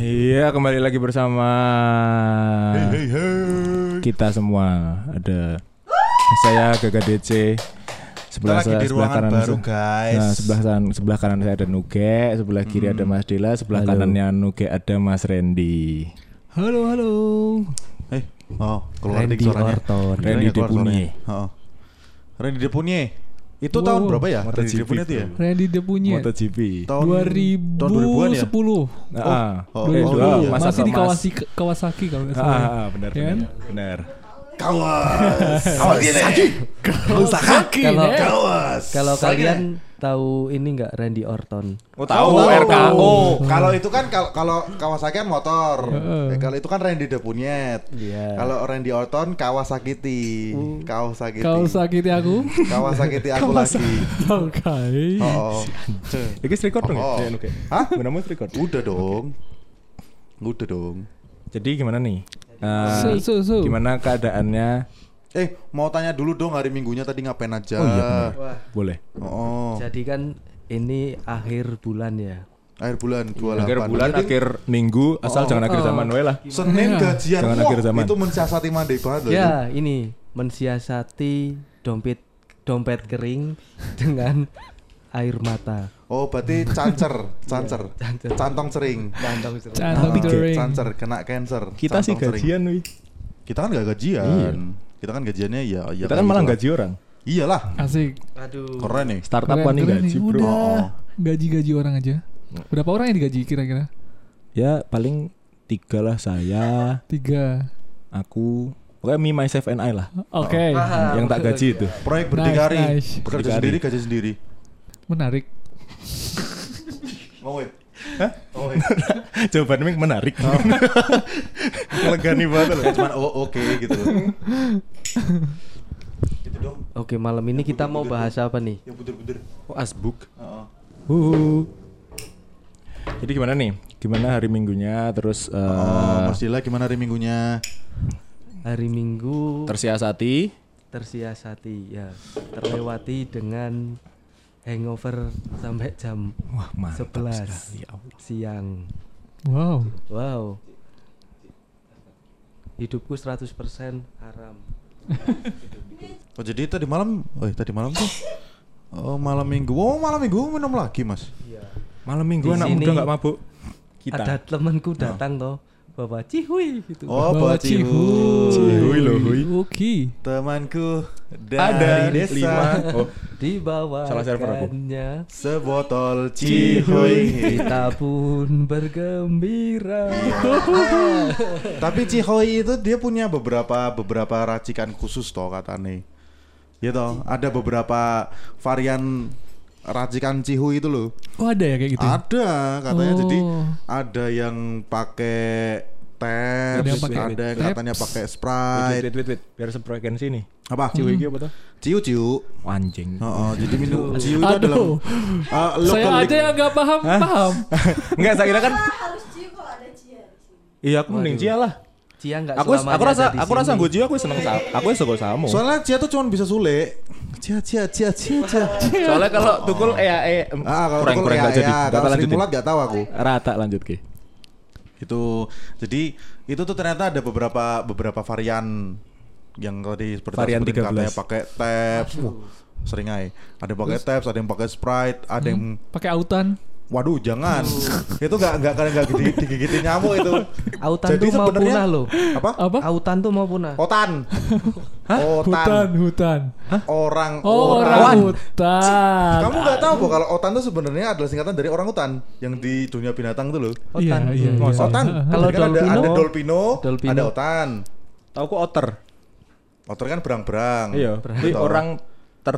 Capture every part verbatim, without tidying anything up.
Iya, kembali lagi bersama hey, hey, hey. kita semua. Ada saya Gaga D C. Sebelah Kita lagi di sebelah ruangan kanan baru, guys. Nah, sebelah kanan sebelah kanan saya ada Nuge, sebelah kiri Hmm. ada Mas Dila, sebelah Halo. kanannya Nuge ada Mas Randy. Halo halo. Eh, oh, keluar Randy dik suaranya. Orton. Randy keluar Depunie. suaranya. Heeh. Randy Depunie. Itu Wow. tahun berapa ya? MotoGP Randy Depunie itu ya? Randy Depunie. MotoGP. Tahun dua ribu tahun dua ribuan ya? sepuluh. Ah, Oh, eh, oh, dua, iya. Mas Masih atau di Mas? Kawasaki, Kawasaki kalau nggak Ah, salah. ah, benar Ya kan? benar. Benar. Kawas. Kawasaki. Kawasaki. Kalau ya. Kawas. kalau kalian tahu ini nggak Randy Orton? Oh, tahu Oh, R K O. oh, kalau itu kan kalau kalau Kawasaki kan motor. Heeh. Eh, kalau itu kan Randy Depunie. Iya. Kalau Randy Orton Kawasaki. Kawasaki. Kawasaki aku. Kawasaki aku lagi. Oke. Oh. Iki record dong Oh. ya, Nuge. Hah? Benar record. Udah dong. Udah dong. Jadi gimana nih? So, Eh, so, so. gimana keadaannya? Eh, mau tanya dulu dong hari Minggunya tadi ngapain aja? Oh iya benar. Wah. Boleh. Oh, Jadi kan ini akhir bulan ya. akhir bulan dua puluh delapan. Akhir bulan, Berarti akhir minggu, asal Oh. jangan akhir Oh. zaman wae lah. Senin Iya. gajian. Jangan Wah, akhir zaman. itu mensiasati mandek banget loh. Ya, ini mensiasati dompet dompet kering dengan air mata. Oh, berarti cancer, cancer, cancer. cantong sering. Cantong sering. Cantong Ah, kering. cancer, kena cancer. Kita sih cantong sering. gajian, wi. Kita kan gak gajian. Iya. Kita kan gajiannya ya, ya Kita kayak kan malah gitu lah. gaji orang. Iyalah, Asik. Aduh. keren nih. Startup Keren, nih keren gaji, nih. bro. Udah. Oh. Gaji-gaji orang aja. Berapa orang yang digaji kira-kira? Ya paling tiga lah, saya, Tiga. aku, pokoknya me myself and I lah. Oke. Paham. Yang tak gaji itu. Proyek berdikari, Nice, nice. bekerja Berdikari. sendiri, gaji sendiri. Menarik. Mau ya? Hah? Oh, Jawabannya menarik. Melegani banget loh. cuman oh oke gitu loh. Gitu dong. Oke, malam ini kita mau bahas apa nih? Yang buder-buder. Oh, asbuk. Heeh. Huhu. Jadi gimana nih? Gimana hari Minggunya? Terus eh, Oh, Mas Dila gimana hari Minggunya? Hari Minggu tersiasati. tersiasati ya, terlewati dengan hangover sampai jam Wah, mantap sebelas sekali, ya Allah. siang. Wow. Wow. Hidupku seratus persen haram. Oh jadi tadi malam, oh tadi malam tuh. Oh malam minggu, oh malam minggu minum lagi mas. Iya. Malam Minggu Di anak sini muda nggak mabuk. Kita. Ada temanku datang toh, bawa cihui gitu. Oh Bawa bawa cihuy. Cihuy loh, huy. Oke. Temanku Ada dari desa lima. Oh, Dibawakannya Salah server aku. sebotol cihuy. kita pun bergembira. Tapi cihuy itu dia punya beberapa beberapa racikan khusus toh katanya. Ya toh, ada beberapa varian racikan cihuy itu loh. Oh ada ya kayak gitu. ya? Ada katanya Oh. jadi ada yang pakai teh, Ada yang pakai ada yang teh. katanya pakai wait, Sprite. wait, wait, wait. Biar sefrekuensi nih. Apa? Ciwi iki apa tuh? Ciu ciu. Anjing. Oh, jadi minum ciu itu adalah Aduh. uh, Saya local aja yang nggak paham paham. Enggak, saya kira kan. harus cia kalau ada cia di sini. Iya, aku mending Cia lah. Cia enggak Aku selamanya aku rasa ada di aku rasa sini. gue Cia aku seneng sa aku suka samu. Soalnya cia tuh cuma bisa sule. Cia cia cia cia cia. Soalnya kalau tukul eh eh em, Ah, kalau kurang tukul kurang ya, enggak jadi. ya, Kata kalau Sri lanjutin. Mulat enggak tahu aku. Rata lanjut Ki. Itu jadi itu tuh ternyata ada beberapa beberapa varian yang tadi seperti Varian sebutin tiga belas. katanya pakai tabs. Wah, sering aja. Ada yang pakai tabs, ada yang pakai Sprite, ada yang Pakai autan. waduh jangan. Itu enggak enggak enggak enggak gigi- digigitin nyamuk itu. Autan Jadi tuh mau sebenarnya- punah loh. Apa? Apa? Autan tuh mau punah. Otan. Otan. Hutan, hutan. Orang Oh, orang hutan. Kamu nggak tahu kok kalau otan itu sebenarnya adalah singkatan dari orang hutan yang di dunia binatang itu loh. Otan. Iya, iya, iya. Masa? Otan. Kalau Jadi kan ada, dolpino? ada dolpino, Dolpino. ada otan. Tahu kok otter. Otter kan berang-berang. Iya. Jadi Betul. orang ter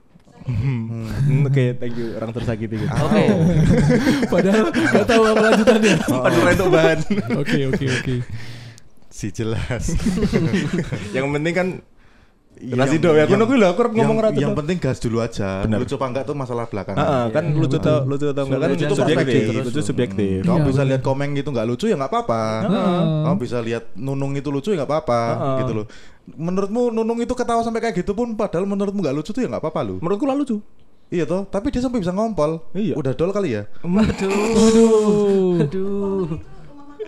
Hmm, Oke, thank you. Orang tersakiti gitu. Oke. Padahal nggak tahu apa lanjutannya. Padahal itu bahan. Oke, oke, oke. Si jelas. Yang penting kan Yang- Nasi dok ya, aku yang- nunggu lah, aku harus ngomong yang- ratu Yang dok. penting gas dulu aja. Benar. Lucu apa enggak tuh masalah belakangan. Heeh, kan Iya, lucu betul. tau, lucu tau enggak kan Lucu itu itu subjektif, perspektif. lucu subjektif. Kamu Iya, bisa benar. lihat komeng gitu nggak lucu ya nggak apa-apa. Heeh. Kamu bisa lihat nunung itu lucu ya nggak apa-apa, Heeh. gitu loh. Menurutmu nunung itu ketawa sampai kayak gitu pun, padahal menurutmu nggak lucu tuh ya nggak apa-apa lu. Menurutku lah lucu. Iya toh, tapi dia sampai bisa ngompol. Iya. Udah dol kali ya. Aduh. Aduh. Aduh.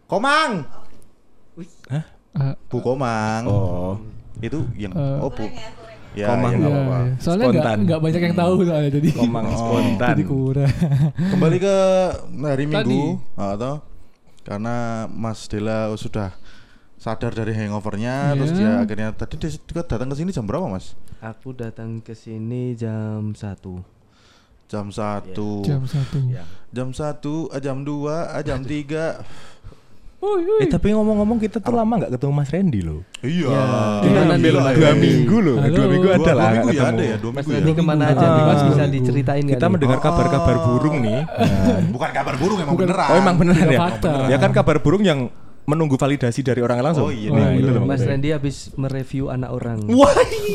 Komang. Hah? Eh, Bu Komang. Oh. Itu yang Eh. oh Bu. Ya, Komang. ya, iya, nggak apa-apa. iya. Soalnya nggak Spontan. nggak banyak yang tahu soalnya jadi Komang Oh. spontan. jadi kurang. Kembali ke hari Tadi. Minggu, atau karena Mas Dela sudah sadar dari hangovernya, Iya. terus dia akhirnya tadi dia juga datang ke sini jam berapa, Mas? Aku datang ke sini jam satu. Jam satu, Jam satu. Ya. jam satu, eh, jam dua, eh, jam tiga. Oi, oi. Eh tapi ngomong-ngomong kita tuh lama nggak ketemu Mas Randy loh. Iya. Ya, Kita gimana hampir nih, Mas dua Randy? minggu loh. Halo. Dua minggu Dua, ada dua lah nggak minggu ya ketemu. ada ya, dua Mas minggu ya. Randy kemana aja Ah. nih Mas, bisa Minggu. diceritain nggak Kita nih? mendengar Oh. kabar-kabar burung nih. Nah, Bukan kabar burung, emang Bukan. beneran. Oh emang beneran Tidak ya? fakta. Ya kan kabar burung yang menunggu validasi dari orang langsung. Oh, iya. Nah, Oh, itu iya. loh Mas maksudnya. Randy habis mereview anak orang. Wah.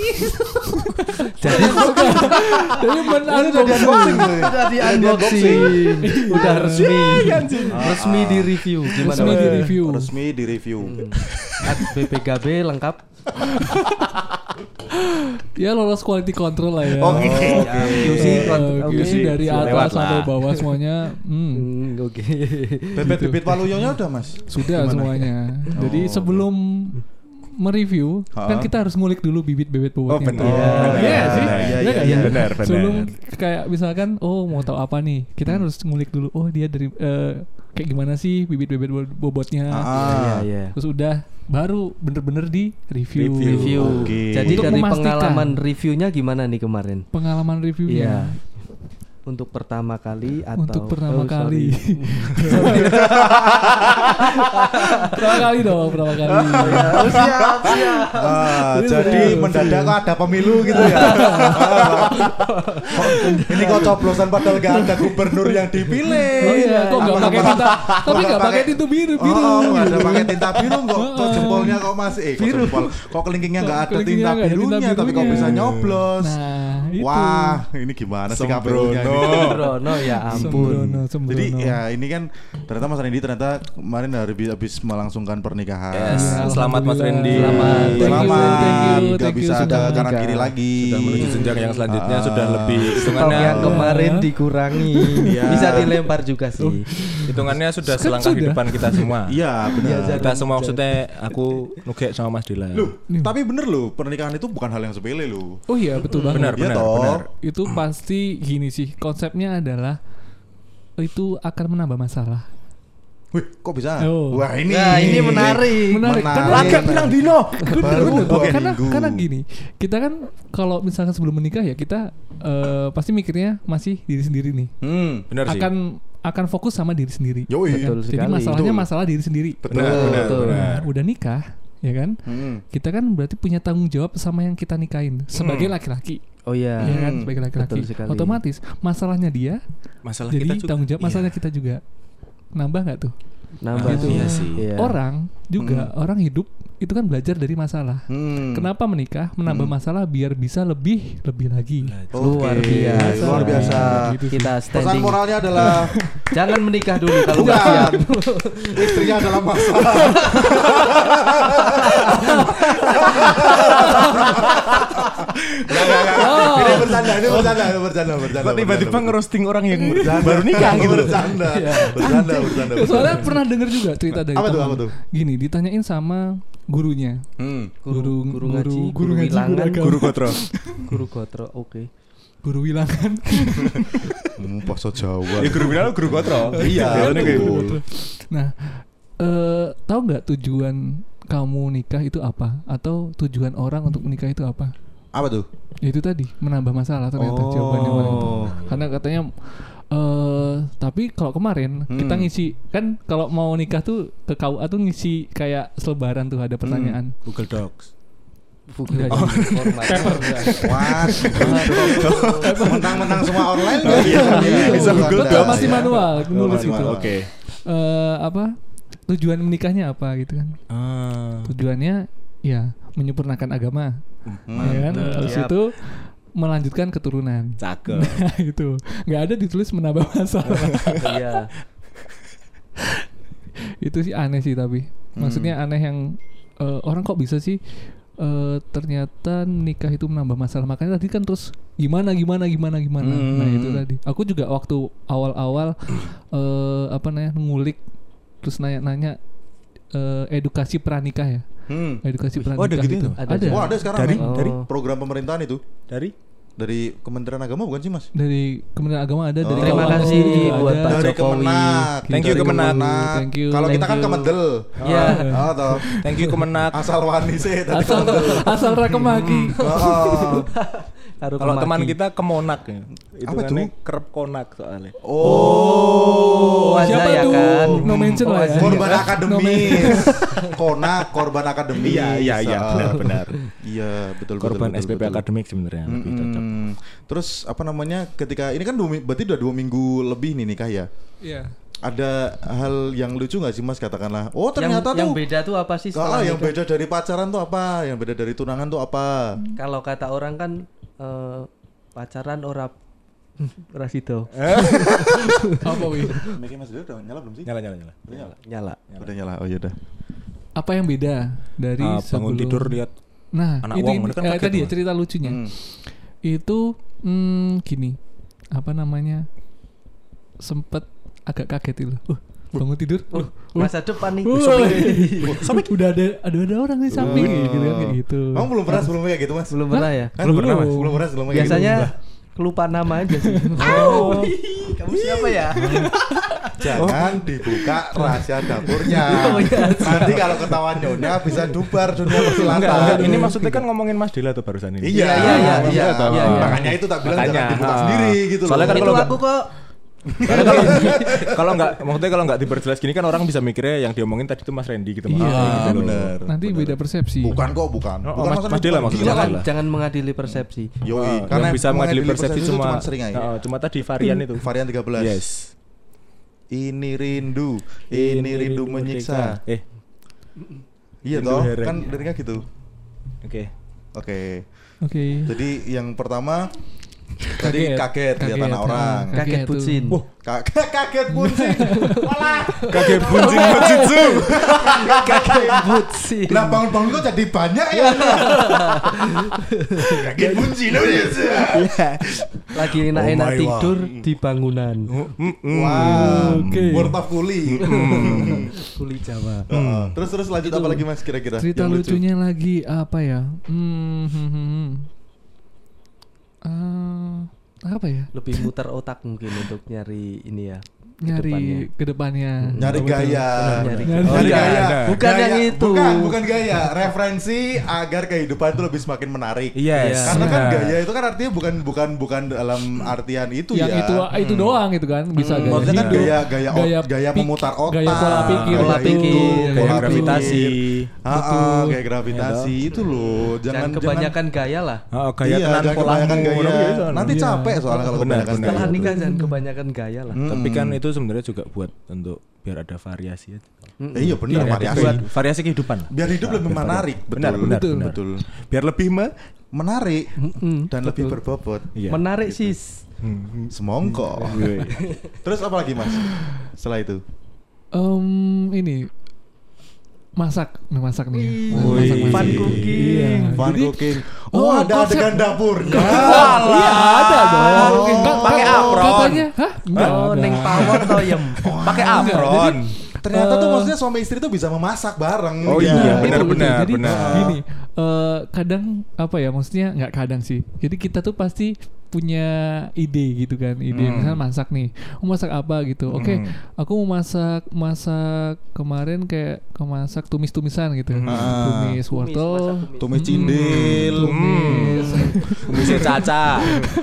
Jadi Jadi men unboxing tuh. udah di Udah unboxing, udah resmi, anjing. resmi di review. Gimana? resmi Mas? di review. Resmi di review. At B P K B lengkap. Ya lolos quality control lah ya. Oke. Ya, Q C, Eh, kont- Q C oke. dari Lewat atas lah. sampai bawah semuanya. Hmm. Hmm, Oke. Bebet-bebet Waluyonya udah, Mas? Sudah Gimana? semuanya. Jadi Oh, sebelum mereview Ha-ha. kan kita harus ngulik dulu bibit bebet Oh bobotnya. benar. Iya. Benar, Iya sih. benar, Iya iya, nggak iya, sih? benar, benar. Sebelum kayak misalkan oh mau tahu apa nih, kita kan harus ngulik dulu. Oh dia dari eh, kayak gimana sih bibit bebet bo- bobotnya. Ah, Iya, iya. Terus udah baru bener-bener di review. Review. Review. Oke. Jadi Untuk dari memastikan. pengalaman reviewnya gimana nih kemarin? Pengalaman reviewnya. Iya. Untuk pertama kali atau Untuk pertama oh, kali. sorry. Pertama kali dong, pertama kali. Oh, siap, siap. Ah, Ini jadi serius, mendadak kok ada pemilu gitu ya. Kok- ini kok coblosan padahal gak ada gubernur yang dipilih. Oh iya, kok nggak Apa- pakai apa- tinta, tapi nggak pakai- pakai tinta biru biru. Oh, nggak ada pakai tinta biru kok. Kok Heeh. jempolnya kok masih eh kok jempol. Kok kelingkingnya nggak Kok ada kelingkingnya tinta nggak ada tinta birunya tapi kok birunya. bisa nyoblos. Nah, itu. Wah, ini gimana sih K P U-nya ini? Sembrono ya ampun. Sembrono, sembrono. Jadi ya ini kan ternyata Mas Randy ternyata kemarin habis habis melangsungkan pernikahan. Yes. Ya, Selamat Mas Randy. Alhamdulillah. Selamat. Thank you, Selamat. thank you, Gak thank you bisa sudah ke kanan menikah. kiri lagi. Sudah menuju jenjang yang selanjutnya Ah. sudah lebih Stok hitungannya yang kemarin dikurangi. Iya. Bisa dilempar juga sih. hitungannya sudah Kan selangkah di sudah. depan kita semua. Iya benar. Kita semua maksudnya aku nugek sama Mas Dila. Loh, tapi bener loh pernikahan itu bukan hal yang sepele loh. Oh iya, betul banget. Benar, Iya benar, toh. benar. Itu pasti gini sih, konsepnya adalah itu akan menambah masalah. Wih, kok bisa? Oh. Wah ini. Nah, ini menarik. Menarik. Karena Menarik. Lagak bilang Dino. Baru Bener, dua karena minggu. karena gini, kita kan kalau misalkan sebelum menikah ya kita eh, pasti mikirnya masih diri sendiri nih. Hmm. Benar sih. Akan akan fokus sama diri sendiri. Yoi. ya kan? Betul Jadi sekali. masalahnya Betul. masalah diri sendiri. Betul. Benar, benar, Betul. benar. Nah, udah nikah, ya kan? Hmm. Kita kan berarti punya tanggung jawab sama yang kita nikahin sebagai laki-laki. Oh iya. Ya kan, Hmm, sebagai laki-laki. betul sekali. Otomatis masalahnya dia Masalah jadi kita juga. tanggung jawab Iya. masalahnya kita juga. Nambah nggak tuh? Nambah Gitu. Iya sih. Iya. Orang juga orang hidup itu kan belajar dari masalah. Hmm. Kenapa menikah? Menambah masalah biar bisa lebih lebih lagi. Oke. Luar biasa. Luar biasa. Gitu sih. Kita Pesan standing. moralnya adalah Jangan menikah dulu kalau nggak siap. istrinya adalah masalah. Oh. Ini bercanda, ini bercanda, ini bercanda, bercanda. Kok tiba-tiba bercanda. ngerosting orang yang Bercanda. baru nikah gitu. Bercanda, bercanda, bercanda. Soalnya pernah denger juga cerita dari Apa tuh, teman. apa tuh? Gini, ditanyain sama gurunya. Hmm. Guru guru ngaji, guru, guru ngaji, wilangan, guru agama. Guru Kotro. Guru Gotro, oke. Guru wilangan. Hmm, bahasa Jawa. Ya guru bilang guru Kotro. Iya, Biasanya kayak gitu. betul. Nah, eh tahu nggak tujuan kamu nikah itu apa? Atau tujuan orang untuk menikah itu apa? Apa tuh? Ya itu tadi, menambah masalah ternyata Oh. jawabannya malah itu. Karena katanya eh tapi kalau kemarin Hmm. kita ngisi kan kalau mau nikah tuh ke K U A tuh ngisi kayak selebaran tuh ada pertanyaan. Google Docs. Enggak, Oh, Wah, menang-menang semua online kan? Iya, bisa Google Betul, Docs, masih ya. manual nulis masih gitu. manual. Oke. Eh, apa tujuan menikahnya apa gitu kan? Ah. Tujuannya ya menyempurnakan agama, ya kan? Mantap. Habis Siap. itu melanjutkan keturunan. Cakep. Nah, itu nggak ada ditulis menambah masalah. Iya. Itu sih aneh sih tapi maksudnya aneh yang eh, orang kok bisa sih eh, ternyata nikah itu menambah masalah. Makanya tadi kan terus gimana gimana gimana gimana. Hmm. Nah itu tadi. Aku juga waktu awal-awal eh, apa namanya ngulik terus nanya-nanya eh, edukasi pranikah ya. Hmm. Edukasi pranikah Oh, ada gitu itu. ya? Ada. Ada. Wah, ada sekarang Dari- men. dari? program pemerintahan itu. Dari Dari Kementerian Agama bukan sih, Mas? Dari Kementerian Agama ada, dari Oh. Terima Keuangan kasih juga buat ada. Pak Dari Jokowi. Kemenak. Thank you, Dari Kemenak. Thank you, Kalau kita thank kan you. Kemendel. Iya. Oh, toh. thank you Kemenak. Asal wani sih tadi Asal Kemendel. asal rakemaki. Oh. Karo Kalau teman kemaki. kita kemonak ya. Itu Apa kan tuh? kerep konak soalnya. Oh. Waza Siapa ya tuh? kan? No mention Oh, lah ya. Waza. Korban No akademis. Konak korban akademis. Iya, iya, iya, Ah. benar-benar. Iya, betul Korban betul, S P P betul, betul. akademik sebenarnya lebih cocok. Mm-mm. Terus apa namanya? Ketika ini kan dua, mi- berarti udah dua minggu lebih nih nikah ya. Iya. Ada hal yang lucu nggak sih, Mas, katakanlah? Oh, Yang, ternyata yang tuh beda tuh apa sih Ah, setelah yang nikah? beda dari pacaran tuh apa? Yang beda dari tunangan tuh apa? Kalau kata orang kan eh, pacaran ora ora sido. Apa wih? Mic Mas udah nyala belum sih? Nyala nyala nyala. Nyala. Nyala. Udah nyala. Oh, ya udah. Apa yang beda dari Ah, sebelum bangun tidur lihat Nah, anak itu wong, ini, itu kan eh, kaget tadi ya tuh. cerita lucunya. Hmm. Itu hmm, gini. Apa namanya? Sempet agak kaget itu. Uh, bangun tidur. Uh, Masa depan nih. Sampai udah ada ada ada orang di samping gitu kan kayak gitu. Kamu belum pernah sebelumnya kayak gitu, Mas? Belum pernah ya? Hah? Belum pernah, Mas? Belum pernah sebelumnya kayak Biasanya gitu. kelupaan nama aja sih. Oh. Kamu siapa ya? Jangan dibuka rahasia dapurnya. Oh, iya. Nanti kalau ketahuan nyonya bisa dubar dunia Enggak, persilatan. enggak, ini maksudnya kan ngomongin Mas Dila tuh barusan ini. Iya, Iya, iya, iya, iya, iya, iya. Makanya itu tak bilang Makanya, jangan dibuka ah. sendiri gitu Soalnya loh. kan Itu kalau aku kok. Karena kalau kalau nggak maksudnya kalau nggak diperjelas gini kan orang bisa mikirnya yang diomongin tadi itu Mas Randy gitu. Iya, Mas. Ah, gitu loh. benar. Nanti benar. beda persepsi. Bukan kok, bukan. Oh, Bukan Mas- maksudnya Mas Dila bukan maksudnya. gila kan. Jangan jangan mengadili persepsi. Yoi, Ah, karena yang bisa mengadili persepsi itu cuma sering aja. Ah, cuma tadi varian itu. Varian tiga belas. Yes. Ini rindu, ini rindu menyiksa. Eh, Iya rindu toh, hereng. kan liriknya gitu. oke. Oke. Oke. Jadi yang pertama tadi Kaget. kaget lihat Kaget, anak orang. ah. Kaget Kaget tuh. bucin. Kaget kaget buncing. Walah. Kaget bunjing bujitsu. Kaget bucin. Lah bangun-bangun kok jadi banyak ya. Kaget buncing loh. Lagi enak-enak Oh my tidur God. di bangunan. Wah, Oke. worth of kuli. Kuli Jawa. Heeh. Terus terus lanjut apa lagi Mas kira-kira? Cerita yang lucu? lucunya lagi apa ya? Hmm, hmm, hmm, hmm. Ah, apa ya? Lebih muter otak mungkin untuk nyari ini ya. Nyari kedepannya. Nyari Betul. gaya. Nyari Nyari Nyari gaya. gaya. Bukan Gaya- yang itu. Bukan, bukan gaya. Referensi agar kehidupan itu lebih semakin menarik. Yes. Karena kan Nah. gaya itu kan artinya bukan bukan bukan dalam artian itu Yang ya. itu itu doang gitu kan bisa Hmm, gaya maksudnya kan hidup, gaya gaya ot- gaya gaya pik- memutar otak, gaya pola pikir, Pola gaya pikir, hidup, Kayak pola gravitasi. pikir. Ah, ah, Betul. kayak gravitasi itu loh. Jangan Jangan kebanyakan gaya lah. Oh, gaya iya, tenan jangan polamu. kebanyakan gaya. Ngono kuwi iso. Nanti Iya. capek soalnya kalau Benar, kebanyakan benar. Setelah gaya. nikah jangan kebanyakan gaya lah. Hmm. Tapi kan itu sebenarnya juga buat untuk biar ada variasi aja. Mm-mm. Eh, iya benar Iya, variasi. Buat variasi kehidupan. lah. Biar hidup Nah, lebih biar menarik. variasi. Benar, Betul. benar, Betul. benar. Betul. Biar lebih me Menarik Mm-mm, dan betul. lebih berbobot. Iya. Menarik sis. Hmm. Semongko. Iya. Terus apa lagi Mas? Setelah itu. Em, ini masak, nah, masak nih. Wih, Masak, masak, fun masak. cooking. Iya. Fun Jadi- cooking. Oh, Oh, ada konsep- adegan dapurnya. Iya ada dong. Oh, Ka- pakai ka- apron. Katanya, hah? Enggak Oh, ada. neng pawon toyem. Pakai Enggak, apron. Ternyata tuh Eh, maksudnya suami istri tuh bisa memasak bareng. Oh gitu. iya, Itu, benar, itu. benar, Jadi benar. gini, eh, kadang apa ya, maksudnya nggak kadang sih. Jadi kita tuh pasti punya ide gitu kan, ide Hmm. misalnya masak nih, mau masak apa gitu. Oke, Hmm. aku mau masak masak kemarin kayak kemasak tumis-tumisan gitu, Hmm. tumis wortel, masak tumis. Tumis cindil. tumis. Kumisnya Caca.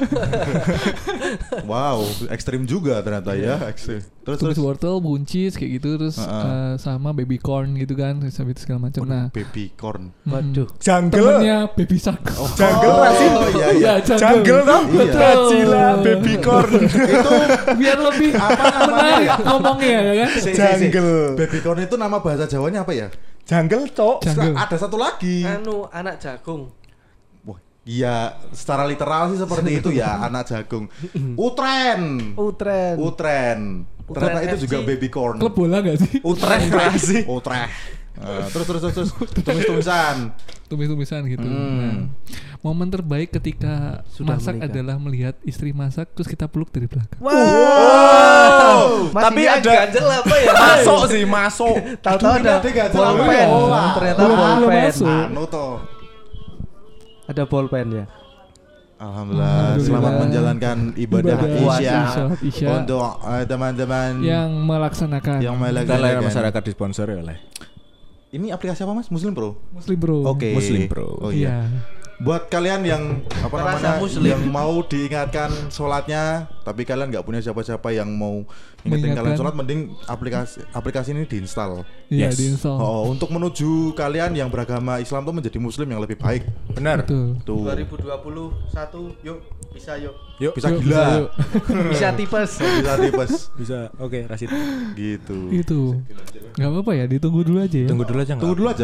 Wow, ekstrim juga ternyata ya. Ekstrim. Terus tumis terus. wortel, buncis kayak gitu, terus Heeh. eh, sama baby corn gitu kan, terus habis itu segala macam. Nah, Baby corn. Waduh. temennya baby shark. Jungle lah sih. Oh iya iya. Iya, Jungle dong. Iya. Godzilla, baby corn. Itu Biar lebih apa namanya menarik ya? ngomongnya ya kan. Si, si, si. Jungle. Baby corn itu nama bahasa Jawanya apa ya? Jungle, Cok. Jungle. Ada satu lagi. Anu anak jagung. Wah, iya, secara literal sih seperti itu ya, anak jagung. Utren. Utren. Utren. Ternyata Utren itu F C. juga baby corn. Klub bola gak sih? Utrecht kreasi. Utrecht. Uh, terus terus terus terus tumis-tumisan. Tumis-tumisan gitu. Hmm. Nah, momen terbaik ketika Sudah masak menikah. adalah melihat istri masak terus kita peluk dari belakang. Wow. Tapi ada ganjel apa ya? masuk sih, masuk. Tahu-tahu ada Ada ganjel apa bolpen. ya? Ternyata Belum- belum bolpen. masuk. Anu toh. Ada bolpen ya. Alhamdulillah, Alhamdulillah. selamat menjalankan ibadah, Ibadah Isya sholat Isya. untuk eh, teman-teman Yang melaksanakan yang Dan layanan melaksanakan. masyarakat disponsori oleh Ini aplikasi apa Mas? Muslim Pro. Muslim Bro. Oke. Muslim Pro. Oh iya. Iya. Buat kalian yang apa Merasa namanya muslim. yang mau diingatkan sholatnya, tapi kalian nggak punya siapa-siapa yang mau ingetin Mengingatkan. kalian sholat, mending aplikasi aplikasi ini diinstal. Iya, Yes. diinstal. Oh, untuk menuju kalian yang beragama Islam tuh menjadi muslim yang lebih baik. benar. Betul. Tuh. dua ribu dua puluh satu yuk bisa yuk. Yuk Bisa Yuk, gila. yuk. Bisa tipes. Bisa tipes bisa. Oke, Rasid. gitu. Itu. Gak apa-apa ya, ditunggu dulu aja ya. Tunggu dulu aja Tunggu enggak? dulu aja.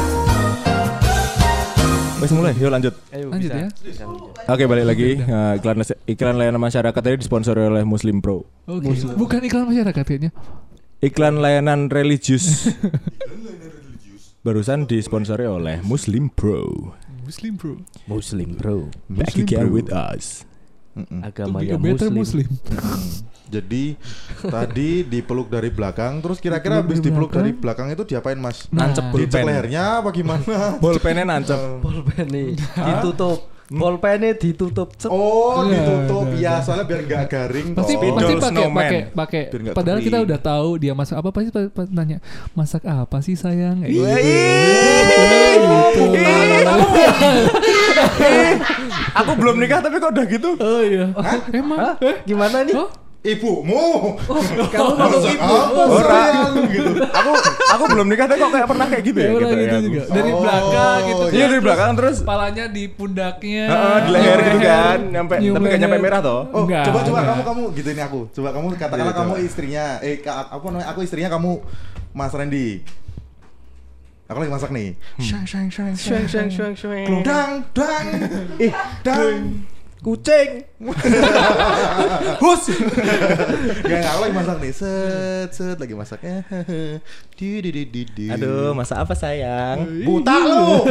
Wes mulai, yuk lanjut. Ayo Lanjut bisa. ya. Bisa. Oke, balik lagi. Nah, iklan iklan layanan masyarakat tadi disponsori oleh Muslim Pro. Oke. Bukan iklan masyarakat kayaknya. Iklan layanan religius. Barusan disponsori oleh Muslim Pro. Muslim Bro. Muslim bro. Back Muslim again Pro. with us. Mm-mm. Agama To be a yang better muslim. Muslim. Jadi tadi dipeluk dari belakang, terus kira-kira Dipeluk habis dari dipeluk dari belakang. belakang itu diapain Mas? Nah, Nancep Dicek pulpen. lehernya apa gimana? Bolpennya nancep. Bolpen nih ditutup. Bolpennya ditutup. Cet. Oh, Iya, ditutup iya, ya, soalnya biar nggak garing. Pasti toh. Spidol pasti pakai snowman. pakai pakai. Biar nggak Padahal kita kering. udah tahu dia masak apa, pasti pa- pa- nanya masak apa sih sayang? Eh, Iya. gitu. Aku belum nikah tapi kok udah gitu. Oh iya. Emang? Hah? Gimana nih? Oh? Ibumu. Kamu masuk ibu. Apa Ora. sayang gitu. Aku aku belum nikah tapi kok kayak pernah kayak gitu ya. Ya, gitu, gitu, ya, aku. juga. Dari Oh, belakang gitu. iya, Iya dari Terus belakang terus. Kepalanya di pundaknya. Heeh, di leher gitu kan, nyampe nyium tapi nggak nyampe leher. merah toh. Oh, Enggak, coba coba enggak. kamu kamu gituin aku. Coba kamu katakanlah Iya, kamu coba. istrinya. Eh, ka- apa namanya? Aku istrinya, kamu Mas Randy. Aku lagi masak nih. Shang shang shang Shweng shweng shweng shweng. Dang dang. Eh, dang. Kucing. Hus. Gak, aku lagi masak nih. Set set lagi masaknya. Di di di di di. Aduh, masa apa sayang? buta lu.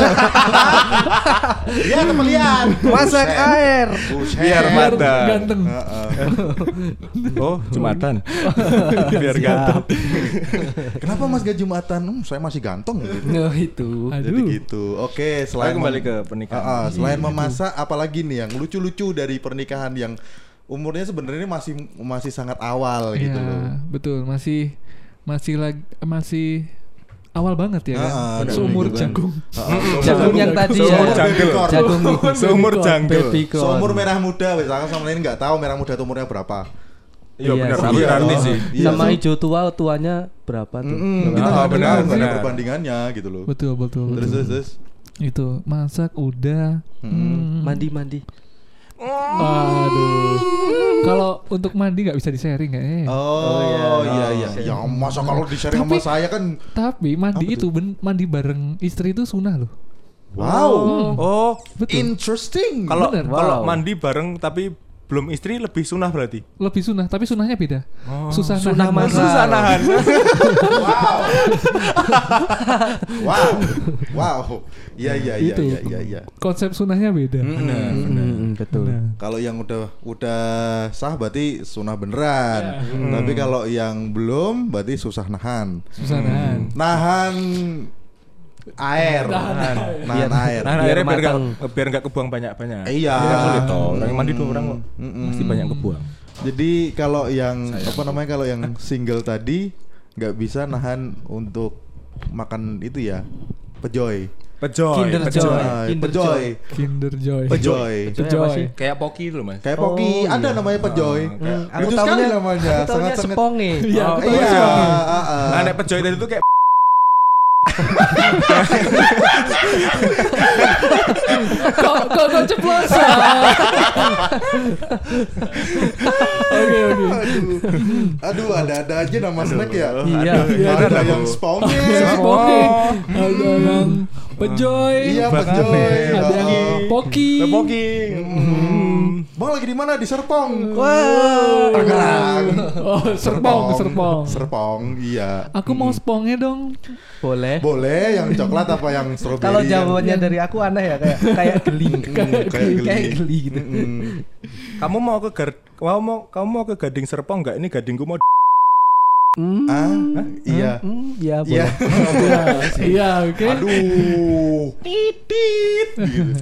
Dia kemelian. Masak air. Buset. Biar mata. Ganteng. Heeh. Oh, Jumatan. Biar ganteng. Kenapa Mas gak Jumatan? Hmm, saya masih ganteng gitu. No itu. Jadi Aduh. gitu. Oke, Selain selain kembali mem- ke pernikahan. Ah, ah, selain memasak, apalagi nih yang lucu-lucu dari pernikahan yang umurnya sebenarnya masih masih sangat awal gitu Iya, loh. betul. Masih masih lagi masih awal banget ya kan. Ah, ah, benar, Seumur gitu kan. jagung. Ah, ah, Jagung yang tadi Seumur ya. jungle. Jagung Seumur jungle. baby corn. Seumur merah muda, wes aku sama lain nggak tahu merah muda itu umurnya berapa. Iya Iya benar, sih. aku Iya, ngerti oh. sih. Iya Sama sih. hijau tua tuanya berapa tuh? Mm-mm, Berapa? kita Ah, nggak benar, tahu, nggak ada benar. perbandingannya gitu loh. Betul, betul. Terus betul. terus terus. Itu masak udah. Hmm. Mandi mandi. Aduh. Kalau untuk mandi nggak bisa di sharing kayaknya. ya? Oh, iya. iya iya. Ya masa kalau di sharing sama Tapi- saya kan Tapi mandi Apa itu ben- mandi bareng istri itu sunnah loh. wow. Oh, Betul. Interesting. kalau Bener. kalau Wow. mandi bareng tapi belum istri lebih sunah berarti. Lebih sunnah, tapi sunnahnya beda. Oh. Susah Sunnah nahan. masal. Susah nahan. Wow. Wow. Iya iya iya Itu. iya iya iya. Konsep sunnahnya beda. Benar, benar. Mm, betul. Nah, Kalau yang udah udah sah berarti sunah beneran. Iya. Tapi kalau yang belum berarti susah nahan. susah nahan. Nahan air. Nahan Nahan air. Nah, Biar akhirnya biar matang. nggak biar nggak kebuang banyak-banyak. Iya. Ini kan sulit toh. Orang yang mandi dua orang kok. Mm-mm. Pasti banyak kebuang. Jadi kalau yang apa namanya kalau yang single tadi nggak bisa nahan untuk makan itu ya pejoy. Pejoy. Kinder pejoy. Joy. Ah, Kinder pejoy. Kinder Joy. Pejoy. Pejoy apa sih? Kayak poki itu loh mas. Kayak Poki, Oh, ada iya. namanya pejoy. Ah, kayak- Aku Lucu tahunya sekali namanya, Aku tahunya sangat-sangat- seponge. Iya, Oh, aku tahu Iya. sih. ah, ah. Nah, nek pejoy tadi itu kayak Kok kok kok ceplosan. Oke oke. Aduh, aduh ada-ada aja nama snack ya. Iya. Iya, ada ada yang aku. sponge, Seponge. Ada yang Bejoy. Iya, Bang Bejoy. Ane, Ada Oh. yang Poki. Poki. Bang lagi di mana? Di Serpong. Wah. Tangerang. Oh, Serpong, Serpong. Serpong, iya. Aku mau spongnya dong. Boleh. Boleh yang coklat apa yang strawberry? Kalau yang- jawabannya dari aku aneh ya kayak kayak geli. Mm, kayak geli. Kayak geli gitu. Mm-mm. Kamu mau ke Gar kamu mau kamu mau ke Gading Serpong enggak? Ini Gadingku mau Hmm. Ah, iya. Hmm, ya Iya. boleh. Iya, oke. Aduh. Titit. Gitu.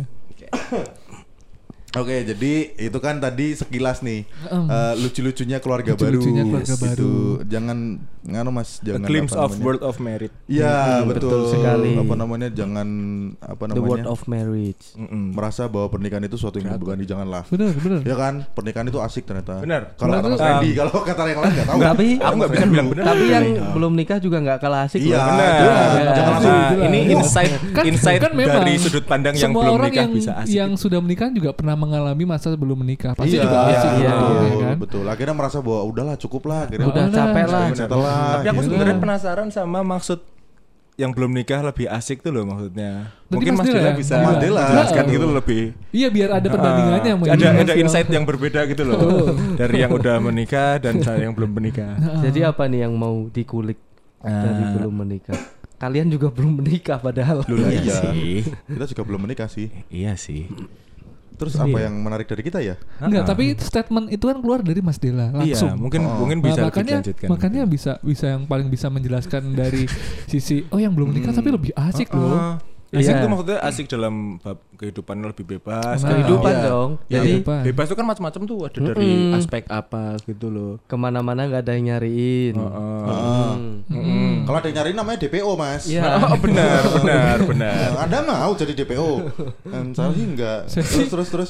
Oke, jadi itu kan tadi sekilas nih Em. eh, lucu-lucunya keluarga baru. Lucu-lucunya keluarga Itu. baru. Jangan nganu Mas, A jangan glimpse apa of namanya. world of merit. Iya, Mm-mm, betul. betul sekali. Apa namanya? Jangan apa The word namanya? of marriage. Mm-mm. merasa bahwa pernikahan itu suatu yang membebani, janganlah. Bener, bener. Ya kan, pernikahan itu asik ternyata. Benar. Kalau kata Benar. Mas Randy, kalau kata yang lain enggak tahu. Tapi Aku nggak bisa bilang benar. tapi yang Benar. belum nikah juga nggak kalah asik Iya, loh. Benar. jangan- Nah, jangan langsung jelas. ini Wah, insight Kan- insight kan memang dari sudut pandang yang semua belum orang nikah yang, bisa asik. yang sudah menikah juga pernah mengalami masa sebelum menikah. Pasti Iya, juga asik iya, gitu, iya. ya kan? betul. Akhirnya merasa bahwa udahlah cukup lah. Akhirnya Udah Udah, capek lah. Benar. Setelah Tapi aku gitu. sebenarnya penasaran sama maksud yang belum nikah lebih asik tuh loh maksudnya. Berarti Mungkin Mas Mas Dila Dila ya? bisa Mas Dila. menjelaskan Iya. gitu lebih. Iya, biar ada perbandingannya. Ah, sama ada ini, ada Mas, insight ya. yang berbeda gitu loh. Dari yang udah menikah dan saya yang belum menikah. Jadi apa nih yang mau dikulik dari Ah. belum menikah? Kalian juga belum menikah padahal. Loh, Iya iya sih. sih. Kita juga belum menikah sih. Iya sih. Terus apa yang menarik dari kita ya? Enggak, Ah. tapi statement itu kan keluar dari Mas Dela langsung. Iya, mungkin Oh. mungkin Nah, bisa lebih makanya dilanjutkan. makanya bisa bisa yang paling bisa menjelaskan dari sisi oh yang belum nikah tapi lebih asik loh. Ah, asik Iya. tuh maksudnya asik dalam bab kehidupan lebih bebas. Nah, kan. Kehidupan Iya. dong. Ya, Jadi Kehidupan. bebas itu kan macam-macam tuh ada dari Mm-mm. aspek apa gitu loh. kemana-mana nggak ada yang nyariin. Heeh. Ah. Mm-mm. Kalau ada yang nyari namanya D P O, Mas. Iya. Oh, benar, benar, benar. Yang Anda mau jadi D P O? Dan saya sih enggak. Terus terus terus.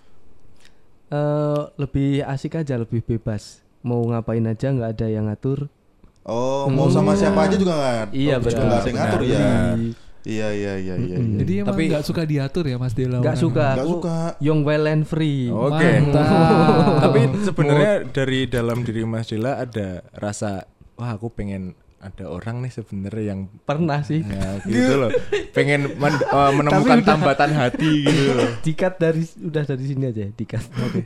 Eh, lebih asik aja, lebih bebas. Mau ngapain aja nggak ada yang ngatur. Oh, mau sama siapa aja juga enggak? Iya, juga betul. enggak ada yang ngatur ya. Benar. Iya iya iya iya. Mm-mm. iya. Jadi emang Tapi- nggak suka diatur ya Mas Dela. Nggak orangnya. suka. Nggak Aku suka. young well and free. Oke. Mantap. Tapi sebenarnya dari dalam diri Mas Dila ada rasa wah aku pengen ada orang nih sebenarnya yang Pernah sih. ya, gitu loh. Pengen men- eh, menemukan Tapi udah- tambatan hati gitu loh. Dikat dari udah dari sini aja, dikat. Oke.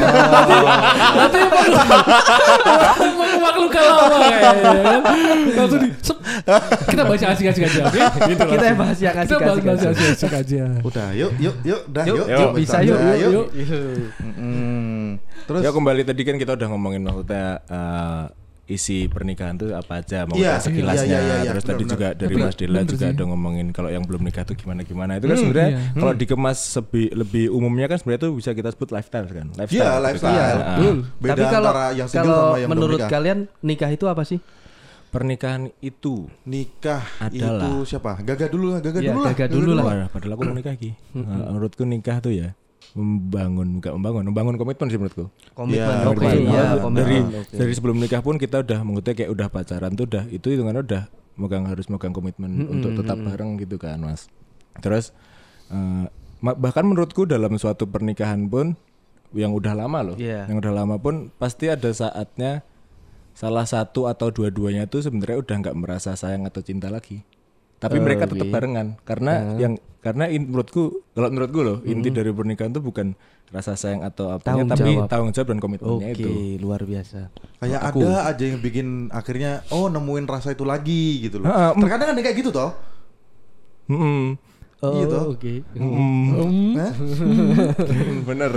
Makhluk lama ya kan. Langsung di sep. Kita baca asik-asik aja, oke? Gitu Kita langsung. bahas yang Kita bahas asik-asik aja. asik-asik aja. Udah, yuk yuk yuk, dah Yuk, yuk, yuk, bisa, Aja, yuk, yuk, yuk. yuk. Mm-mm. Terus Ya kembali tadi kan kita udah ngomongin maksudnya eh, isi pernikahan tuh apa aja mau Iya, sekilasnya iya, iya, iya, terus benar, tadi benar. juga dari Tapi Mas Dila benar juga sih. ada ngomongin kalau yang belum nikah tuh gimana gimana itu kan Hmm, sebenarnya iya. kalau dikemas sebi- lebih umumnya kan sebenarnya tuh bisa kita sebut lifestyle kan Iya, lifestyle gitu lifestyle. kan. Betul. Ah. Beda Tapi kalau antara yang single kalau sama yang belum menurut nikah. kalian nikah itu apa sih? Pernikahan itu Nikah Adalah. itu siapa? Gaga dulu lah, gaga Iya, dulu lah. Gaga dulu lah. wah, padahal aku mau nikah Ki. Nah, menurutku nikah tuh ya membangun enggak membangun membangun komitmen sih menurutku. Komitmen. Iya, Oke, Komitmen. iya, Dari- komitmen. dari Oke. dari sebelum nikah pun kita udah mengerti kayak udah pacaran tuh udah itu hitungannya udah megang harus megang komitmen Mm-mm, untuk tetap mm-mm. bareng gitu kan Mas. Terus eh, ma- bahkan menurutku dalam suatu pernikahan pun yang udah lama loh, Iya. yang udah lama pun pasti ada saatnya salah satu atau dua-duanya tuh sebenarnya udah nggak merasa sayang atau cinta lagi. Tapi Oh, mereka tetap oke. barengan karena Hmm. yang karena in- menurutku kalau menurutku loh inti dari pernikahan tuh bukan rasa sayang atau apanya Tanggung tapi jawab. tanggung jawab dan komitmennya Oke, itu. luar biasa. Kayak Aku. ada aja yang bikin akhirnya oh nemuin rasa itu lagi gitu loh. Ha, mm. Terkadang ada kayak gitu toh. Mm-mm. Oh, Gitu. oke. Mm. Hah? Bener.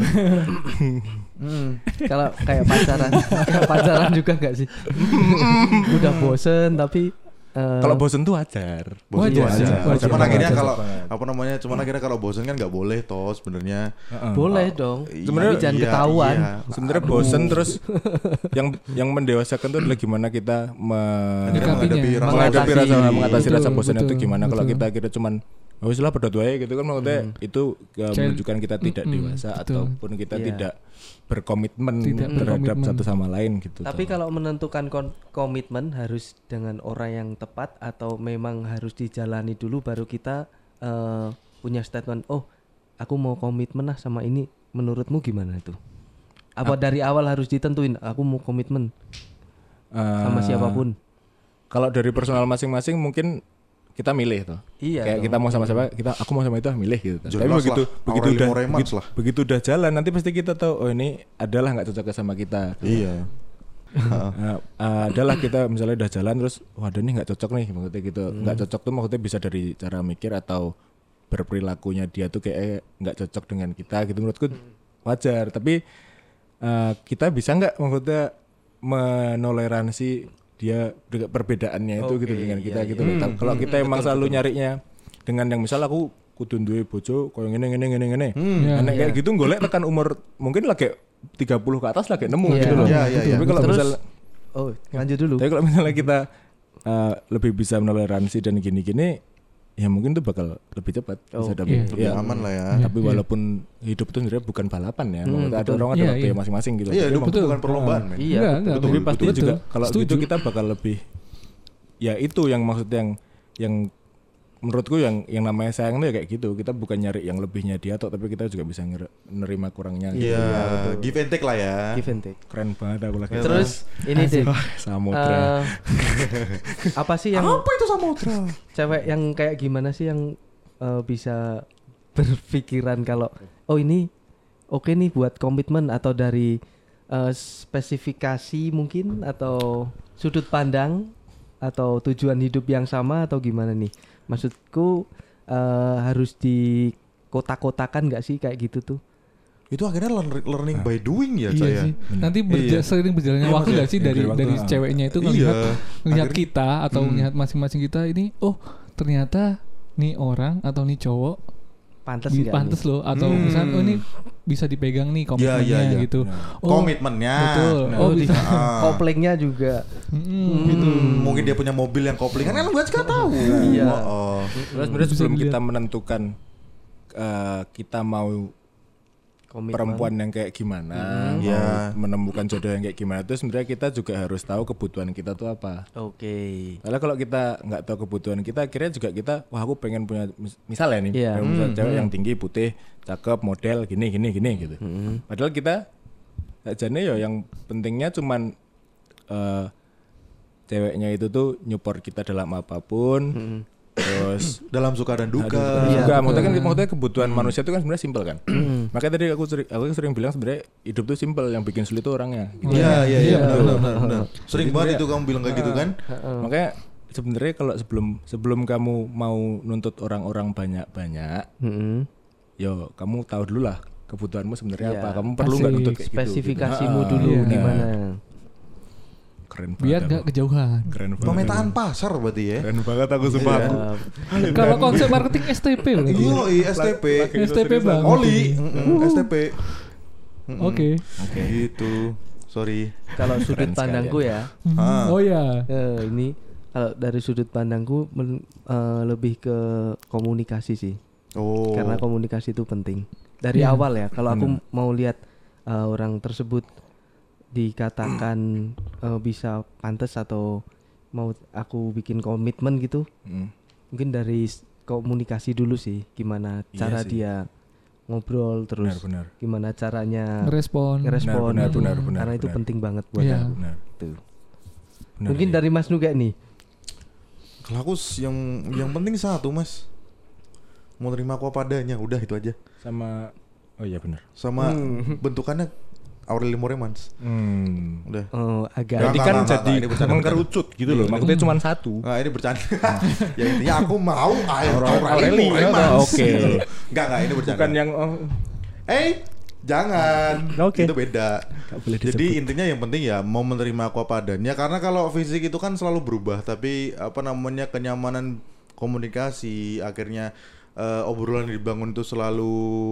Hmm. Kalau kayak pacaran, kayak pacaran juga enggak sih? Udah bosen tapi eh, Kalau bosen tuh wajar. Bosan Wajar, tuh aja. wajar, wajar Cuman banget, akhirnya wajar kalau banget. apa namanya? Cuman akhirnya kalau bosan kan nggak boleh toh sebenarnya. boleh dong. Sebenarnya Tapi jangan Iya, ketahuan. iya. Sebenarnya Aduh. bosen terus yang yang mendewasakan tuh adalah gimana kita me- Akhirnya menghadapi Menyikapinya. rasa menghadapi Mengatasi. rasa mengatasi Betul, rasa bosan itu betul, gimana kalau betul. kita kira cuman oh lah pada wae gitu kan maksudnya itu uh, Child- menunjukkan kita tidak Mm-mm, dewasa betul. ataupun kita Iya. tidak berkomitmen Tidak terhadap berkomitmen. satu sama lain gitu. Tapi toh. kalau menentukan kon- komitmen harus dengan orang yang tepat atau memang harus dijalani dulu baru kita eh, punya statement, oh aku mau komitmen lah sama ini. Menurutmu gimana itu? Apa dari awal harus ditentuin aku mau komitmen sama Eh, siapapun? Kalau dari personal masing-masing mungkin kita milih tuh. Iya Kayak dong. kita mau sama siapa, kita aku mau sama itu ah, milih gitu. Jelas Tapi begitu lah, begitu Aurelio udah Moremans begitu, lah. begitu udah jalan nanti pasti kita tahu oh ini adalah nggak cocok sama kita. Iya. Nah, uh, adalah kita misalnya udah jalan terus waduh nih nggak cocok nih maksudnya gitu. Nggak cocok tuh maksudnya bisa dari cara mikir atau berperilakunya dia tuh kayak nggak cocok dengan kita gitu menurutku wajar. Tapi uh, kita bisa nggak maksudnya menoleransi dia dengan perbedaannya itu Oke, gitu dengan kita iya, gitu iya. loh. Ta- Kalau kita emang selalu nyarinya dengan yang misal aku kudu duwe bojo koyo ngene ngene ngene ngene. Iya. Nek kayak Iya. gitu golek tekan umur mungkin lagi tiga puluh ke atas lagi nemu Iya. gitu loh. Iya, iya, iya. Tapi kalau Terus misal oh, lanjut dulu. tapi kalau misalnya kita uh, lebih bisa menoleransi dan gini-gini ya mungkin tuh bakal lebih cepat bisa Oke. dapet. Iya. Lebih Ya, aman lah ya. tapi walaupun hidup itu sebenarnya bukan balapan ya. Hmm, Maksudnya ada betul. orang ada Iya, waktu iya. masing-masing gitu. Iya, Jadi hidup emang- itu bukan perlombaan, men. Iya, Enggak, betul, enggak, tapi betul. pasti betul. juga kalau Setuju. gitu kita bakal lebih ya itu yang maksudnya yang yang menurutku yang yang namanya sayang tuh ya kayak gitu. Kita bukan nyari yang lebihnya dia toh, tapi kita juga bisa nger- nerima kurangnya. gitu. Iya, give and take lah ya. Give and take. Keren banget aku lagi. Terus ini deh. Samudra. eh, apa sih yang Apa itu samudra? cewek yang kayak gimana sih yang eh, bisa berpikiran kalau oh ini oke nih buat komitmen atau dari eh, spesifikasi mungkin atau sudut pandang atau tujuan hidup yang sama atau gimana nih? Maksudku eh, harus di kotak-kotakan nggak sih kayak gitu tuh? Itu akhirnya learn- learning by doing ya, Iya saya. sih. Nanti berja- Iya. sering berjalannya Iya, waktu maksudnya nggak sih dari dari waktu, dari ah. ceweknya itu ngelihat Iya. ngelihat Akhirnya- kita atau Hmm. ngelihat masing-masing kita ini oh ternyata nih orang atau nih cowok Pantes bi- nggak pantes nih? loh atau Hmm. misalnya oh ini bisa dipegang nih komitmennya iya, iya. gitu. Nah. Oh, Komitmennya. betul. Nah, Oh, di bisa. Ah. koplingnya juga. Mm-mm. Gitu. Mungkin dia punya mobil yang kopling kan kan gua juga tahu. Iya. Oh, oh. Terus sebenarnya Bisa sebelum dilihat. kita menentukan eh, kita mau Komitmen. perempuan yang kayak gimana, mau Iya. menemukan jodoh yang kayak gimana itu sebenarnya kita juga harus tahu kebutuhan kita tuh apa. Oke. Karena kalau kita nggak tahu kebutuhan kita, akhirnya juga kita, wah aku pengen punya, mis- misalnya nih, Iya. pengen punya cewek yang tinggi, putih, cakep, model, gini, gini, gini gitu. Hmm. Padahal kita, jadinya ya yang pentingnya cuman eh, ceweknya itu tuh nyupport kita dalam apapun, Hmm. terus Dalam suka dan duka. Iya. juga maksudnya kan maksudnya kebutuhan manusia itu kan sebenarnya simpel kan. Makanya tadi aku sering aku sering bilang sebenarnya hidup tuh simpel, yang bikin sulit itu orangnya. Gitu. Iya, iya, iya, Iya, benar, betul. benar, benar. Sering banget itu kamu bilang kayak gitu kan? Makanya sebenarnya kalau sebelum sebelum kamu mau nuntut orang-orang banyak-banyak, Hmm. yo kamu tahu dulu lah kebutuhanmu sebenarnya Iya. apa. Kamu perlu nggak Asik. nuntut kayak gitu, Spesifikasimu gitu. dulu Iya. gimana? Keren banget. Biar aku. nggak kejauhan. Keren banget. Pemetaan aku. pasar berarti ya. Keren banget aku sumpah Iya. aku. Kalau konsep marketing S T P berarti. Iya, iya, S T P. S T P bang. Oli, mm-mm, S T P. Mm-mm. Oke. Oke. Gitu. Sorry. Kalau sudut Keren pandangku ya, Mhm. Ah. Oh ya. eh, ini kalau dari sudut pandangku men- eh, lebih ke komunikasi sih. Oh. Karena komunikasi itu penting. Dari Iya. awal ya, kalau aku Benar. mau lihat eh, orang tersebut dikatakan eh, bisa pantas atau mau aku bikin komitmen gitu, Hmm. mungkin dari s- komunikasi dulu sih, gimana Iya cara sih. dia ngobrol terus, Benar, benar. gimana caranya Ngerespon. ngerespon, Benar, gitu. benar, benar, karena itu benar. penting banget buat Iya. aku. Benar. Tuh. Benar, Mungkin iya. dari Mas Nuga nih. Kalau aku s- yang yang penting satu, Mas. Mau terima aku apa adanya, udah itu aja. sama oh iya benar. Sama Hmm. bentukannya Aurelio Moremans. Hmm. Udah. Oh, agak Nggak, Jadi nggak, kan nggak, jadi nggak, ini bercanda, mengkerucut gitu loh. Maksudnya cuma satu. Nah, ini bercanda. Ya intinya aku mau Aurelio Aurelio, Aurelio Moremans. oke. Enggak, enggak, ini bercanda. Bukan yang oh, Eh, jangan. Oke. Itu beda. nggak boleh Jadi disebut. intinya yang penting ya mau menerima aku apa adanya, karena kalau fisik itu kan selalu berubah, tapi apa namanya kenyamanan komunikasi akhirnya eh, obrolan yang dibangun itu selalu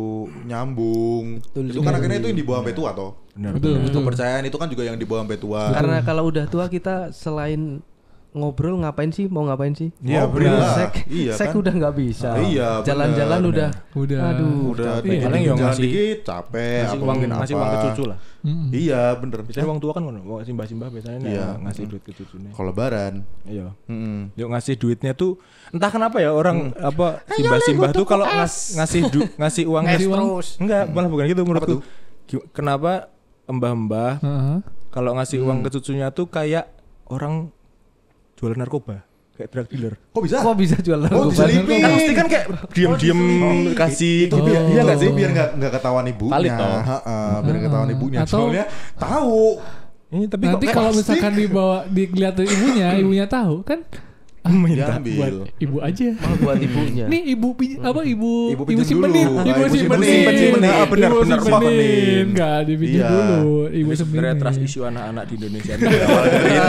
nyambung. Betul itu kan sekali. akhirnya itu yang dibawa sampai tua toh. benar. Betul, benar. betul. Kepercayaan itu kan juga yang dibawa sampai tua. karena kalau udah tua kita selain ngobrol ngapain sih? Mau ngapain sih? Iya, Ngobrol benar. lah. Sek, Iya sek kan? udah nggak bisa. Iya, benar, Jalan-jalan benar. udah. Udah. Aduh. Udah Iya. dikit Paling yang jalan ngasih- dikit capek ngasih apa uang mungkin ngasih apa. uang ke cucu lah. Mm-mm. Iya, bener. Biasanya uang tua kan ngono, mau simbah-simbah biasanya nih, Iya. ngasih duit ke cucunya. Kalau lebaran. Iya. Mm-mm. Yuk ngasih duitnya tuh entah kenapa ya orang apa simbah-simbah tuh kalau ngas, ngasih du, ngasih uang Ngasih uang. enggak malah bukan gitu menurutku. tuh? Gi- Kenapa mbah-mbah Heeh. kalau ngasih uang ke cucunya tuh kayak orang jualan narkoba. kayak drug dealer. Kok bisa? Kok bisa jual narkoba? Oh, diselipin. Kan pasti kan kayak diam-diam kasih itu gitu. biar, Oh. iya nggak sih biar nggak nggak ketahuan ibunya. Valid toh. Heeh, biar nggak ketahuan ibunya. Atau- Soalnya tahu. Ini tapi Nanti kok kalau pasti. misalkan dibawa dilihat dari ibunya, ibunya tahu kan minta Diambil. buat ibu aja. Malah buat ibunya. Nih ibu pi- apa ibu Ibu ibu pinjem simpenin, dulu. ibu Ah, ibu simpenin, simpenin, simpenin. Ah, benar, ibu benar, simpenin, simpenin. nggak dipinjam Iya. dulu, ibu Ini sebenarnya simpenin. trust issue anak-anak di Indonesia ini awal dari itu.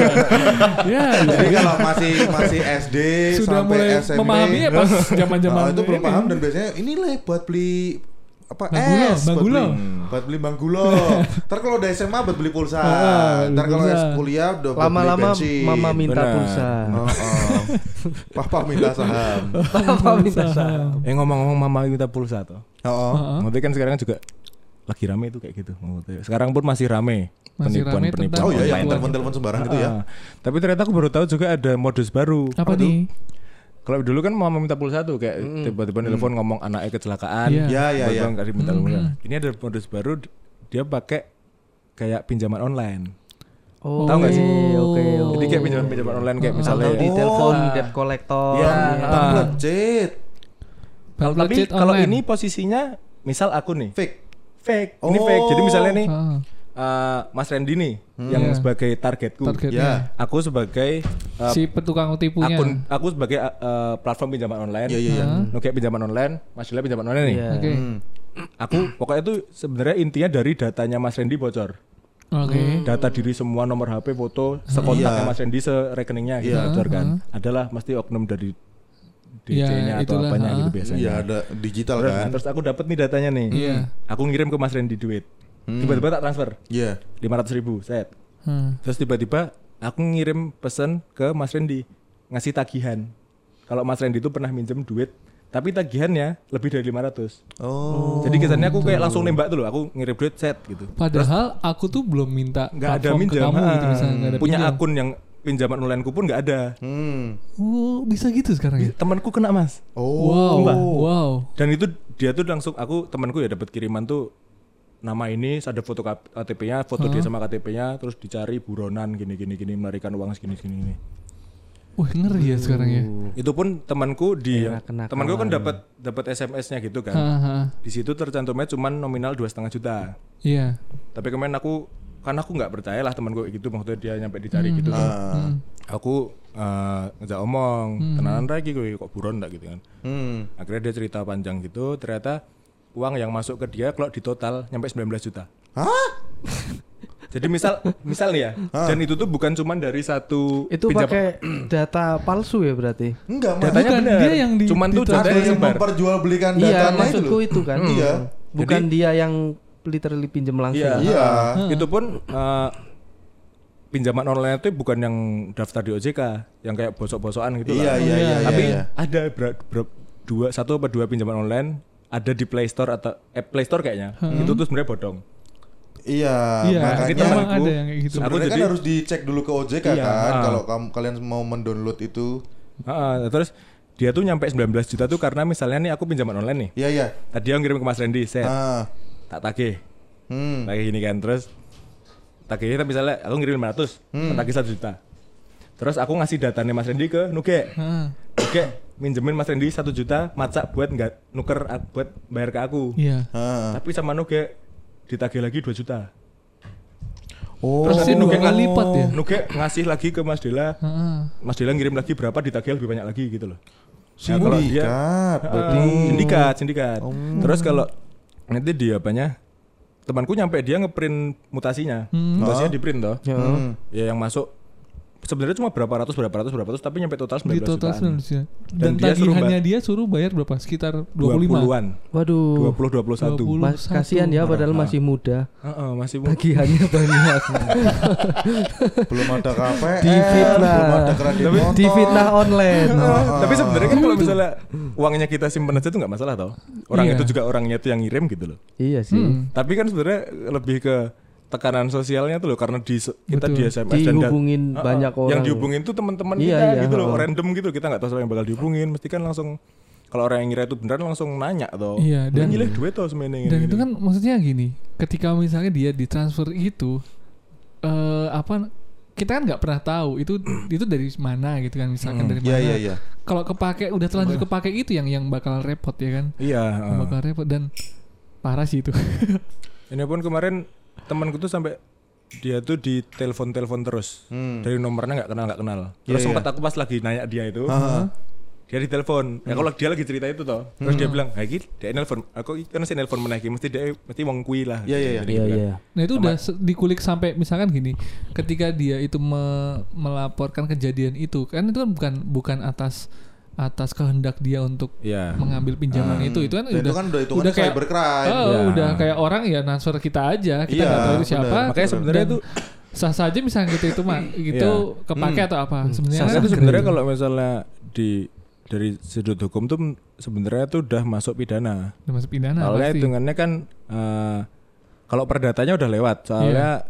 Ya, Jadi kalau masih masih S D sudah sampai mulai S M P memahaminya pas zaman-zaman nah, itu belum ini. paham dan biasanya ini lah buat beli apa Bang Gulo, es Bang buat Gulo. beli, buat beli Bang Gulo. Ntar kalau udah S M A buat beli pulsa. Ah, beli Ntar kalau pulsa. S kuliah udah buat beli Lama-lama bensin. mama minta Benar. pulsa. Oh, oh. Papa minta saham. Papa minta saham. Eh ngomong-ngomong mama minta pulsa toh. Oh, oh. Heeh. Maksudnya kan sekarang juga lagi rame itu kayak gitu. Maksudnya. Sekarang pun masih rame Masih rame penipuan-penipuan. tentang Oh iya, yang Online. telepon-telepon sembarang gitu ya. Ah, tapi ternyata aku baru tahu juga ada modus baru. Apa nih? Kalau dulu kan mama minta pulsa tuh kayak tiba-tiba telepon ngomong anaknya kecelakaan. Iya. Ya, ya, tiba-tiba ya. nggak diminta pulsa. Ini ada modus baru dia pakai kayak pinjaman online. Oh, Tahu nggak sih? Oke, oke. Jadi kayak pinjaman-pinjaman online kayak misalnya Atau di Oh. telepon Ah. debt collector. Iya. Bang Ah. legit. Kalau tapi Budget kalau online. ini posisinya misal aku nih Fake. fake. Ini Oh. fake. Jadi misalnya nih Ah, eh, Mas Randy nih yang Iya. sebagai targetku. targetnya. Ya. Aku sebagai eh, Si petukang tipunya. akun aku sebagai eh, platform pinjaman online. Iya, iya, iya. Ah. Nuke pinjaman online, Mas Dila pinjaman online nih. Iya. Oke. Hmm. Aku pokoknya itu sebenarnya intinya dari datanya Mas Randy bocor. Oke. Data diri semua, nomor H P, foto, sekontaknya Iya. Mas Randy, serekeningnya gitu Iya. bocor kan. Adalah mesti oknum dari D Iya, J-nya atau itulah, apanya ah. gitu biasanya. Iya, ada digital Terus, kan. nah, terus aku dapat nih datanya nih. Iya. Aku ngirim ke Mas Randy duit. Hmm. Tiba-tiba tak transfer Iya. lima ratus ribu, set. Hmm. Terus tiba-tiba aku ngirim pesan ke Mas Randy ngasih tagihan. Kalau Mas Randy itu pernah minjem duit, tapi tagihannya lebih dari lima ratus. Oh. Jadi kesannya aku kayak langsung nembak tuh loh, aku ngirim duit set gitu. Padahal aku tuh belum minta Nggak ada platform ke minjam, kamu ah. gitu misalnya nggak ada punya pinjam. akun yang pinjaman onlineku pun nggak ada. Hmm. Oh, bisa gitu sekarang ya? Temanku kena Mas. Oh. Wow, Sumpah. wow. Dan itu dia tuh langsung aku temanku ya dapat kiriman tuh nama ini ada foto K T P-nya, foto dia sama K T P-nya, terus dicari buronan gini gini gini melarikan uang segini segini gini. Wah, ngeri ya sekarang ya. Itu pun temanku di Era kenakalan. temanku kan dapat dapat S M S-nya gitu kan. Haha. Di situ tercantumnya cuma nominal dua setengah juta. Iya. Tapi kemarin aku kan aku nggak percaya lah temanku kayak gitu, maksudnya dia nyampe dicari Hmm. gitu kan. Ah. Aku eh, ngejak omong, tenanan lagi kowe kok buron enggak gitu kan. Hmm. Akhirnya dia cerita panjang gitu, ternyata uang yang masuk ke dia kalau di total nyampe sembilan belas juta. Hah? Jadi misal misal nih ya, dan itu tuh bukan cuma dari satu Itu pinjam- pakai data palsu ya berarti? Enggak, Mas. datanya Bukan, benar. dia yang di- Cuman tuh ditransfer. datanya Ada yang sebar. memperjualbelikan Iya, datanya itu maksudku loh. itu kan. Hmm. Iya. Bukan Jadi- dia yang literally pinjam langsung. Iya. Iya. Itu pun eh, pinjaman online itu bukan yang daftar di O J K, yang kayak bosok-bosokan gitu Iya, lah. iya, iya, Tapi iya. ada ber- ber- dua satu atau dua pinjaman online ada di Play Store atau eh, Play Store kayaknya. Itu tuh sebenarnya bodong. Iya, Iya, makanya kita memang temanku- ada yang kayak gitu. Aku sebenarnya kan jadi- harus dicek dulu ke O J K Iya, kan ah. kalau kamu kalian mau mendownload itu. Heeh, terus dia tuh nyampe sembilan belas juta tuh karena misalnya nih aku pinjaman online nih. Iya, iya. Tadi aku ngirim ke Mas Randy, set. Ah. Tak tagih. Hmm. Tagih gini kan, terus tagihnya misalnya aku ngirim lima ratus, Hmm. tak tagih satu juta. Terus aku ngasih datanya Mas Randy ke Nuge. Heeh. Nuge minjemin Mas Randy satu juta macak buat nggak nuker a- buat bayar ke aku. Iya. Ah. Tapi sama Nuge ditagih lagi dua juta. Oh. Terus Pasti nanti dua Nuge kali lipat ya. Nuge ngasih lagi ke Mas Dela. Heeh. Mas Dela ngirim lagi berapa ditagih lebih banyak lagi gitu loh. Nah, kalau dia- Sindikat. berarti. Uh, sindikat, sindikat. Oh. Terus kalau nanti dia apanya? Temanku nyampe dia ngeprint mutasinya. Mutasinya Oh. di print toh. Ya. Hmm. Ya yang masuk sebenarnya cuma berapa ratus berapa ratus berapa ratus tapi nyampe total sembilan Di belas total jutaan. sembilan belas juta. Dan Dan, dia suruh tagihannya ba- dia suruh bayar berapa? Sekitar dua dua puluh lima. puluhan. Waduh. dua puluh dua puluh satu. dua puluh. Mas, kasihan ya padahal masih muda. Heeh, masih mu- Tagihannya banyak. Belum ada K P R, Difitnah. belum ada kredit motor. Di fitnah online. Tapi sebenarnya kan kalau misalnya uangnya kita simpen aja tuh nggak masalah toh. Orang Iya. itu juga orangnya itu yang ngirim gitu loh. Iya sih. Hmm. Tapi kan sebenarnya lebih ke tekanan sosialnya tuh loh karena di kita Betul. di S M S dan dat- Dihubungin Ah, ah. banyak orang. Yang dihubungin tuh teman-teman Iya, kita iya, gitu loh, oh. random gitu. Kita nggak tahu siapa yang bakal dihubungin. Mesti kan langsung kalau orang yang ngira itu beneran langsung nanya atau Iya, dan- nyilih duit atau semeneng Dan itu kan maksudnya gini, ketika misalnya dia ditransfer itu eh apa kita kan nggak pernah tahu itu itu dari mana gitu kan, misalkan Hmm, dari Iya mana. iya iya. Kalau kepake udah terlanjur kepake itu yang yang bakal repot ya kan. Iya. Yang uh. bakal repot dan parah sih itu. Ini pun kemarin temanku tuh sampai dia tuh di telepon-telepon terus. Hmm. Dari nomornya nggak kenal nggak kenal. Iya, Terus iya. sempat aku pas lagi nanya dia itu, Ah. dia di telepon. Ya kalau dia lagi cerita itu toh. Terus dia bilang, "Ha iki dia nelpon. Aku iki kan sih nelpon meneh iki mesti dia mesti wong kuwi lah." Iya, iya, iya. Jadi Iya gitu kan. iya. Nah itu udah se- dikulik sampai misalkan gini, ketika dia itu me- melaporkan kejadian itu kan itu kan bukan bukan atas atas kehendak dia untuk Iya. mengambil pinjaman Hmm. itu itu kan Dan udah itu kan udah itu udah kan kayak cybercrime. oh, Ya. udah kayak orang ya transfer kita aja, kita Iya, nggak tahu itu siapa. benar. Makanya sebenarnya Dan itu sah saja misalnya gitu itu mah gitu kepake Hmm. atau apa sebenarnya Sebenarnya kan tuh sebenarnya kalau misalnya di dari sudut hukum tuh sebenarnya tuh udah masuk pidana. udah masuk pidana Soalnya pasti. hitungannya kan eh, kalau perdatanya udah lewat. Soalnya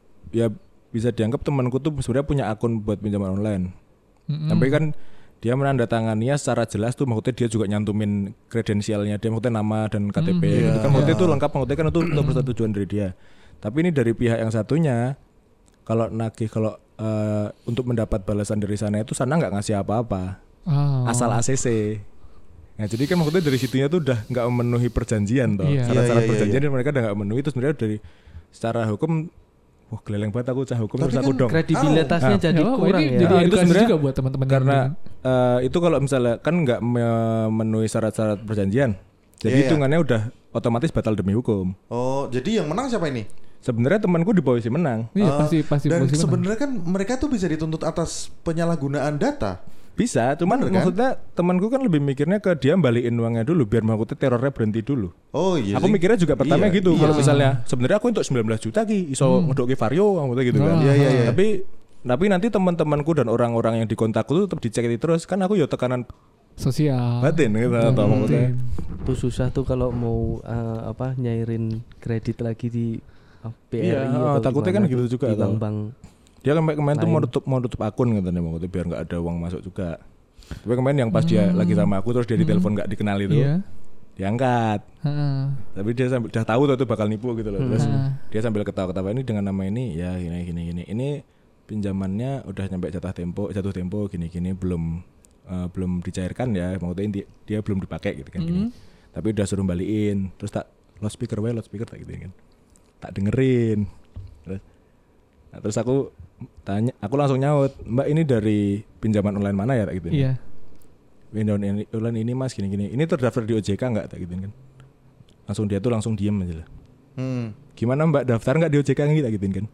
ya bisa dianggap temanku tuh sebenarnya punya akun buat pinjaman online. Mm-mm. Tapi kan dia menandatanganinya secara jelas tuh maksudnya dia juga nyantumin kredensialnya dia, maksudnya nama dan K T P Mhm. gitu kan, maksudnya Iya. itu lengkap, maksudnya kan itu, itu persetujuan dari dia. Tapi ini dari pihak yang satunya kalau nagih kalau eh, untuk mendapat balasan dari sana itu sana nggak ngasih apa-apa, Oh. asal A C C. Nah jadi kan maksudnya dari situnya tuh udah nggak memenuhi perjanjian toh, Iya. syarat-syarat Iya, iya, perjanjian iya. dan mereka udah nggak memenuhi itu sebenarnya dari secara hukum. Wah geleleng banget aku cah hukum, Tapi terus aku kan dong. Kredibilitasnya Ah. jadi Ya, apa, kurang ini ya. jadi Nah, itu edukasi sebenarnya juga buat teman-teman yang Karena dengerin. eh, itu kalau misalnya kan nggak memenuhi syarat-syarat perjanjian, jadi Iya, iya. hitungannya udah otomatis batal demi hukum. Oh, jadi yang menang siapa ini? Sebenarnya temanku di polisi menang. Iya Ah, pasti pasti Dan pasti menang. sebenarnya kan mereka tuh bisa dituntut atas penyalahgunaan data. Bisa, cuman Bener kan? maksudnya temanku kan lebih mikirnya ke dia balikin uangnya dulu biar maksudnya terornya berhenti dulu. Oh iya. aku sih. mikirnya juga pertama Iya, gitu. iya Kalau sih. misalnya sebenarnya aku untuk sembilan belas juta ki iso Hmm. ngedoki Vario maksudnya gitu kan. Oh, Iya, iya, iya. Tapi tapi nanti teman-temanku dan orang-orang yang di kontakku tuh tetap dicek terus kan aku ya tekanan sosial. batin gitu Hmm. atau maksudnya. Itu susah tuh kalau mau eh, apa nyairin kredit lagi di eh, B R I Iya, atau takutnya gimana kan gitu tuh, juga di tau. bank-bank. Dia kan kemarin tuh Lain. mau tutup mau tutup akun katanya maksudnya biar nggak ada uang masuk juga. Tapi kemarin yang pas dia Hmm. lagi sama aku terus dia Hmm. ditelepon nggak dikenal itu, Iya. diangkat. Heeh. Tapi dia sambil udah tahu tuh itu bakal nipu gitu loh. Terus Hmm. dia sambil ketawa-ketawa ini dengan nama ini ya gini gini gini. Ini pinjamannya udah nyampe jatah tempo, jatuh tempo gini-gini belum eh, belum dicairkan ya. Maksudnya inti- dia belum dipakai gitu kan gini. Hmm. Tapi udah suruh balikin. Terus tak loudspeaker wae loudspeaker tak gitu kan. Tak dengerin. Terus nah, terus aku tanya, aku langsung nyaut, Mbak ini dari pinjaman online mana ya tak gitu. Iya. Pinjaman ini- online ini Mas gini-gini. Ini terdaftar di O J K enggak tak gitu kan. Langsung dia tuh langsung diem aja lah. Hmm. Gimana Mbak daftar enggak di O J K gitu tak gituin kan.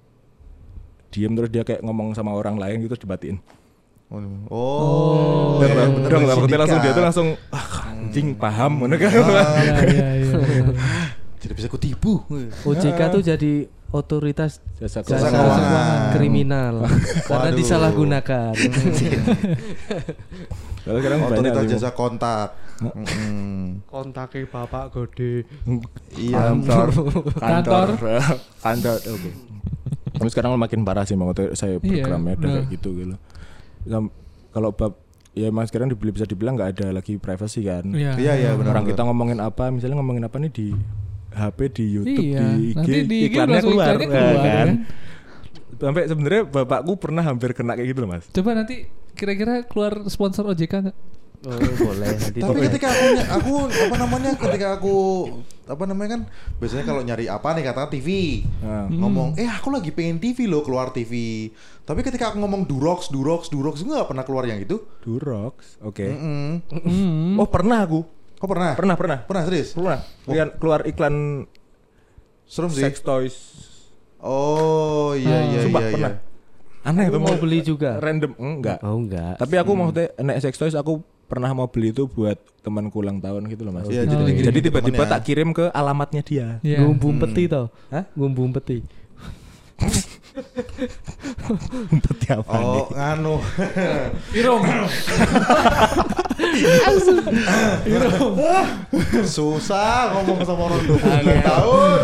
Diem terus dia kayak ngomong sama orang lain gitu terus dibatiin. Oh. Oh, Dan iya, udah bener, langsung dia langsung dia tuh sindikat. langsung ah, anjing paham ngono kan. Iya iya iya. iya. Jadi bisa kutipu. O J K tuh jadi otoritas Jasa Jasa jasa keuangan. kriminal karena Waduh. disalahgunakan. Kalau sekarang banyak Otoritas sih, jasa kontak. Mm-mm. Kontaknya Bapak Gede. Iya. kantor Kantor. kantor oke. Tapi sekarang makin parah sih maksudnya saya Iya, programnya udah udah. kayak gitu gitu. Sam- Kalau bab ya mas sekarang dibeli bisa dibilang nggak ada lagi privacy kan. Iya. Iya, iya, benar. Orang kita ngomongin apa, misalnya ngomongin apa nih di H P, di YouTube, Iya, di I G, nanti di I G iklannya langsung keluar, iklannya ya keluar, kan? kan? Sampai sebenarnya bapakku pernah hampir kena kayak gitu loh mas. Coba nanti kira-kira keluar sponsor O J K nggak? Oh, boleh nanti. Tapi boleh. ketika aku ny- aku apa namanya ketika aku apa namanya kan biasanya kalau nyari apa nih kata T V Nah. ngomong eh aku lagi pengen T V loh keluar T V. Tapi ketika aku ngomong Durox Durox Durox gue nggak pernah keluar yang itu. Durox, oke. Mm-mm. Hmm. Oh pernah aku, Oh pernah? pernah pernah, Pernah serius? pernah. Keluar, keluar iklan Serem sih. sex toys. Oh iya Ah. iya Sumpah iya. pernah. iya. Aneh Aku itu mau beli juga. Random enggak. Oh enggak. Tapi aku maksudnya nek sex toys aku pernah mau beli itu buat temanku ulang tahun gitu loh mas. Iya, jadi jadi dikirim jadi ke tiba-tiba temennya. tak kirim ke alamatnya dia. Iya. Gumbung peti toh. Hah? Gumbung peti. Umpet apa nih? Oh nganu. Irong. Susah ngomong sama orang dua puluh tahun.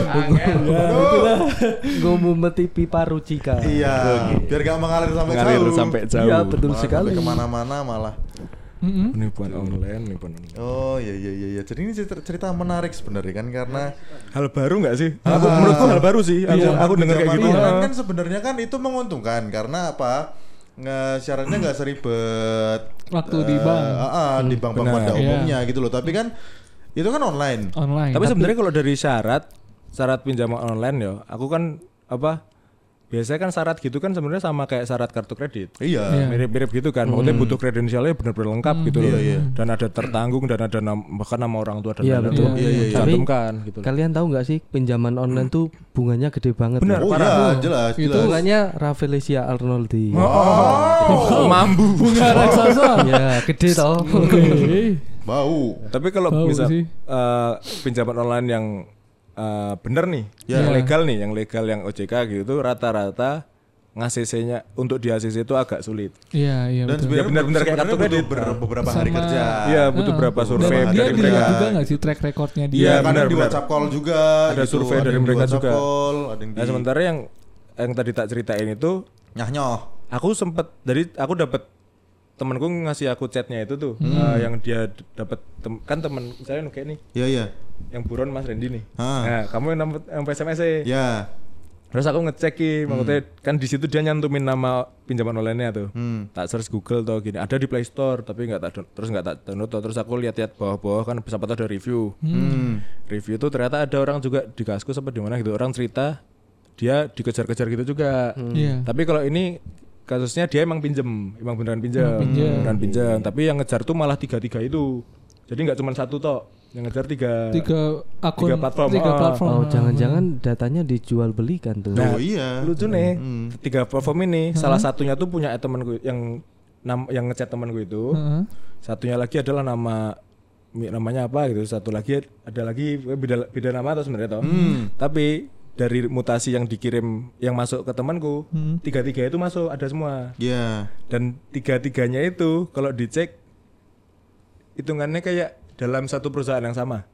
Gumbung peti pipa rucika. Iya, biar gak mengalir sampai Ngalir jauh. sampai jauh. Iya, betul Malah sekali. sampai kemana-mana malah. Mm-mm. Penipuan online, penipuan online. Oh iya iya iya iya. Jadi ini cerita, cerita menarik sebenarnya kan karena Hal baru nggak sih? Aku menurutku hal baru sih. Aku Iya, aku dengar kayak gitu. pinjaman online Ah. kan sebenarnya kan itu menguntungkan karena apa? Nge syaratnya nggak seribet Waktu eh, di bank. ah, ah, di bank-bank benar. pada Iya. umumnya gitu loh. Tapi kan itu kan online. Online. Tapi sebenarnya kalau dari syarat syarat pinjaman online ya, aku kan apa? Biasanya kan syarat gitu kan sebenarnya sama kayak syarat kartu kredit. Iya. Iya. Mirip-mirip gitu kan. Maksudnya butuh kredensialnya benar-benar lengkap gitu loh. Iya, iya. Dan ada tertanggung dan ada nam- bahkan nama orang tua dan Iya, lain-lain betul. tuh Iya, iya, iya. dicantumkan gitu loh. Kalian tahu nggak sih pinjaman online tuh bunganya gede banget. Benar, ya? Oh parah. iya, jelas, Itu jelas. Bunganya Rafflesia Arnoldi. Oh, mambu. bunga raksasa. Ya, gede toh. Oke. Bau. Tapi kalau Bau misal sih. eh, pinjaman online yang eh, bener nih, Ya. yang Ya. legal nih, yang legal yang O J K gitu rata-rata nge-A C C-nya untuk di A C C itu agak sulit. Iya, iya Dan betul. sebenarnya Ya, benar-benar kayak sebenarnya kartu kredit. butuh ber- beberapa hari Sama- kerja. Iya, butuh Ah. berapa Dan survei dia dari dilihat mereka. juga nggak sih track recordnya dia? Iya, Iya, kadang benar, di benar. WhatsApp call juga. Ada gitu. survei Ada dari yang di mereka WhatsApp juga. Call, ada yang di Nah, sementara yang yang tadi tak ceritain itu nyah nyoh. aku sempet dari aku dapat temanku ngasih aku chatnya itu tuh eh, yang dia d- dapat tem- kan teman saya kayak nih Iya iya. yang buron Mas Randy nih. Ah. Nah, kamu yang dapat yang S M S -nya. Ya. Terus aku ngecek ki, maksudnya kan di situ dia nyantumin nama pinjaman online-nya tuh. Hmm. Tak search Google tuh gini, ada di Play Store tapi nggak tak down- terus nggak tak download tuh. Terus aku lihat-lihat bawah-bawah kan siapa tahu ada review. Hmm. Review tuh ternyata ada orang juga di Kaskus apa di mana gitu, orang cerita dia dikejar-kejar gitu juga. Iya. Tapi kalau ini kasusnya dia emang pinjem, emang beneran pinjam, pinjem. beneran pinjam. Tapi yang ngejar tuh malah tiga-tiga itu. Jadi nggak cuma satu toh, yang ngejar tiga. Tiga akun, Tiga platform. tiga Ah. platform. Oh, jangan-jangan datanya dijual belikan tuh. Nah, Oh iya. lucu nih, Hmm. tiga platform ini salah satunya tuh punya temanku yang nam, yang ngechat temanku itu. Heeh. Satunya lagi adalah nama mi- namanya apa gitu. Satu lagi ada lagi beda beda nama atau sebenarnya toh. Hmm. Tapi dari mutasi yang dikirim yang masuk ke temanku, Hmm. tiga-tiga itu masuk ada semua. Iya. Dan tiga-tiganya itu kalau dicek hitungannya kayak dalam satu perusahaan yang sama.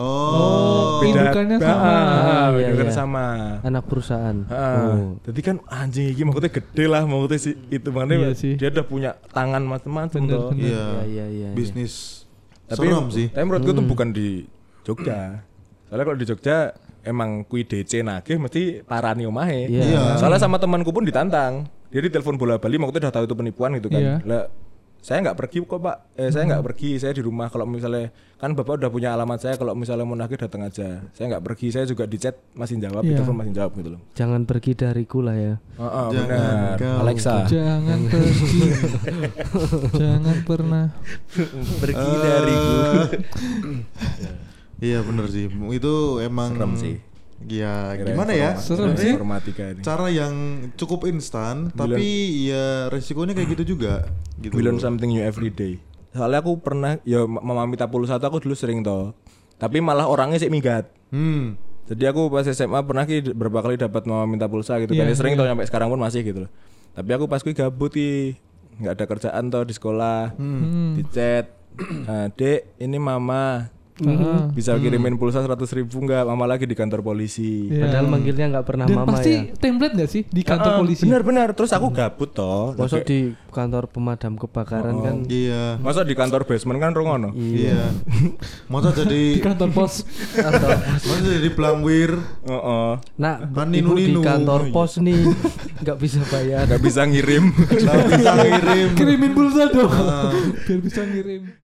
Oh. Indukannya sama. Ah, Iya, indukannya iya. sama. Anak perusahaan. Ah, Oh. jadi kan anjing ini maksudnya gede lah maksudnya sih itu makanya Iya sih. dia udah punya tangan macam-macam Bener, toh. bener. Iya. Iya, iya, iya. Bisnis. Tapi Serem sih. Tapi menurutku itu bukan di Jogja. Soalnya kalau di Jogja emang kui D C nagih mesti parani omahe. Iya. Iya. Soalnya sama temanku pun ditantang. Dia ditelepon bola bali maksudnya udah tahu itu penipuan gitu kan. Iya. Lah saya nggak pergi kok Pak. Eh saya nggak pergi, saya di rumah. Kalau misalnya kan Bapak udah punya alamat saya, kalau misalnya mau nagih datang aja. Saya nggak pergi, saya juga di chat masih jawab, di Iya. telepon masih jawab gitu loh. Jangan pergi dariku lah ya. Oh, oh, Jangan benar. kau Alexa. Jangan pergi. Jangan pernah. Pergi dariku. Iya bener sih. Itu emang Serem sih. Ya Kira gimana ya? informa- Serem Sebenarnya sih. Informatika ini. cara yang cukup instan tapi ya resikonya kayak gitu juga gitu. We learn loh. something new every day. Soalnya aku pernah ya Mama Minta Pulsa tuh aku dulu sering toh. Tapi malah orangnya sih minggat. Hmm. Jadi aku pas S M A pernah ki berapa kali dapat Mama Minta Pulsa gitu kan. Iya, Ya sering iya. toh sampai sekarang pun masih gitu loh. Tapi aku pas kui gabut ki nggak ada kerjaan toh di sekolah. Hmm. Di chat. Nah, Dek, ini Mama Ah. bisa kirimin pulsa seratus ribu nggak? Mama lagi di kantor polisi. Iya. Padahal manggilnya nggak pernah Dan mama pasti ya. template nggak sih di kantor Ah, polisi? Benar-benar. Terus aku gabut toh. Masuk di kantor pemadam kebakaran kan. Iya. Masa di kantor basement kan rongono. Iya. Masa Di jadi kantor pos. masa jadi pelangwir. Heeh. Nah, Kan ibu di ninu-ninu. kantor pos nih nggak bisa bayar. Nggak bisa ngirim. Nggak bisa ngirim. Kirimin pulsa dong. Biar bisa ngirim.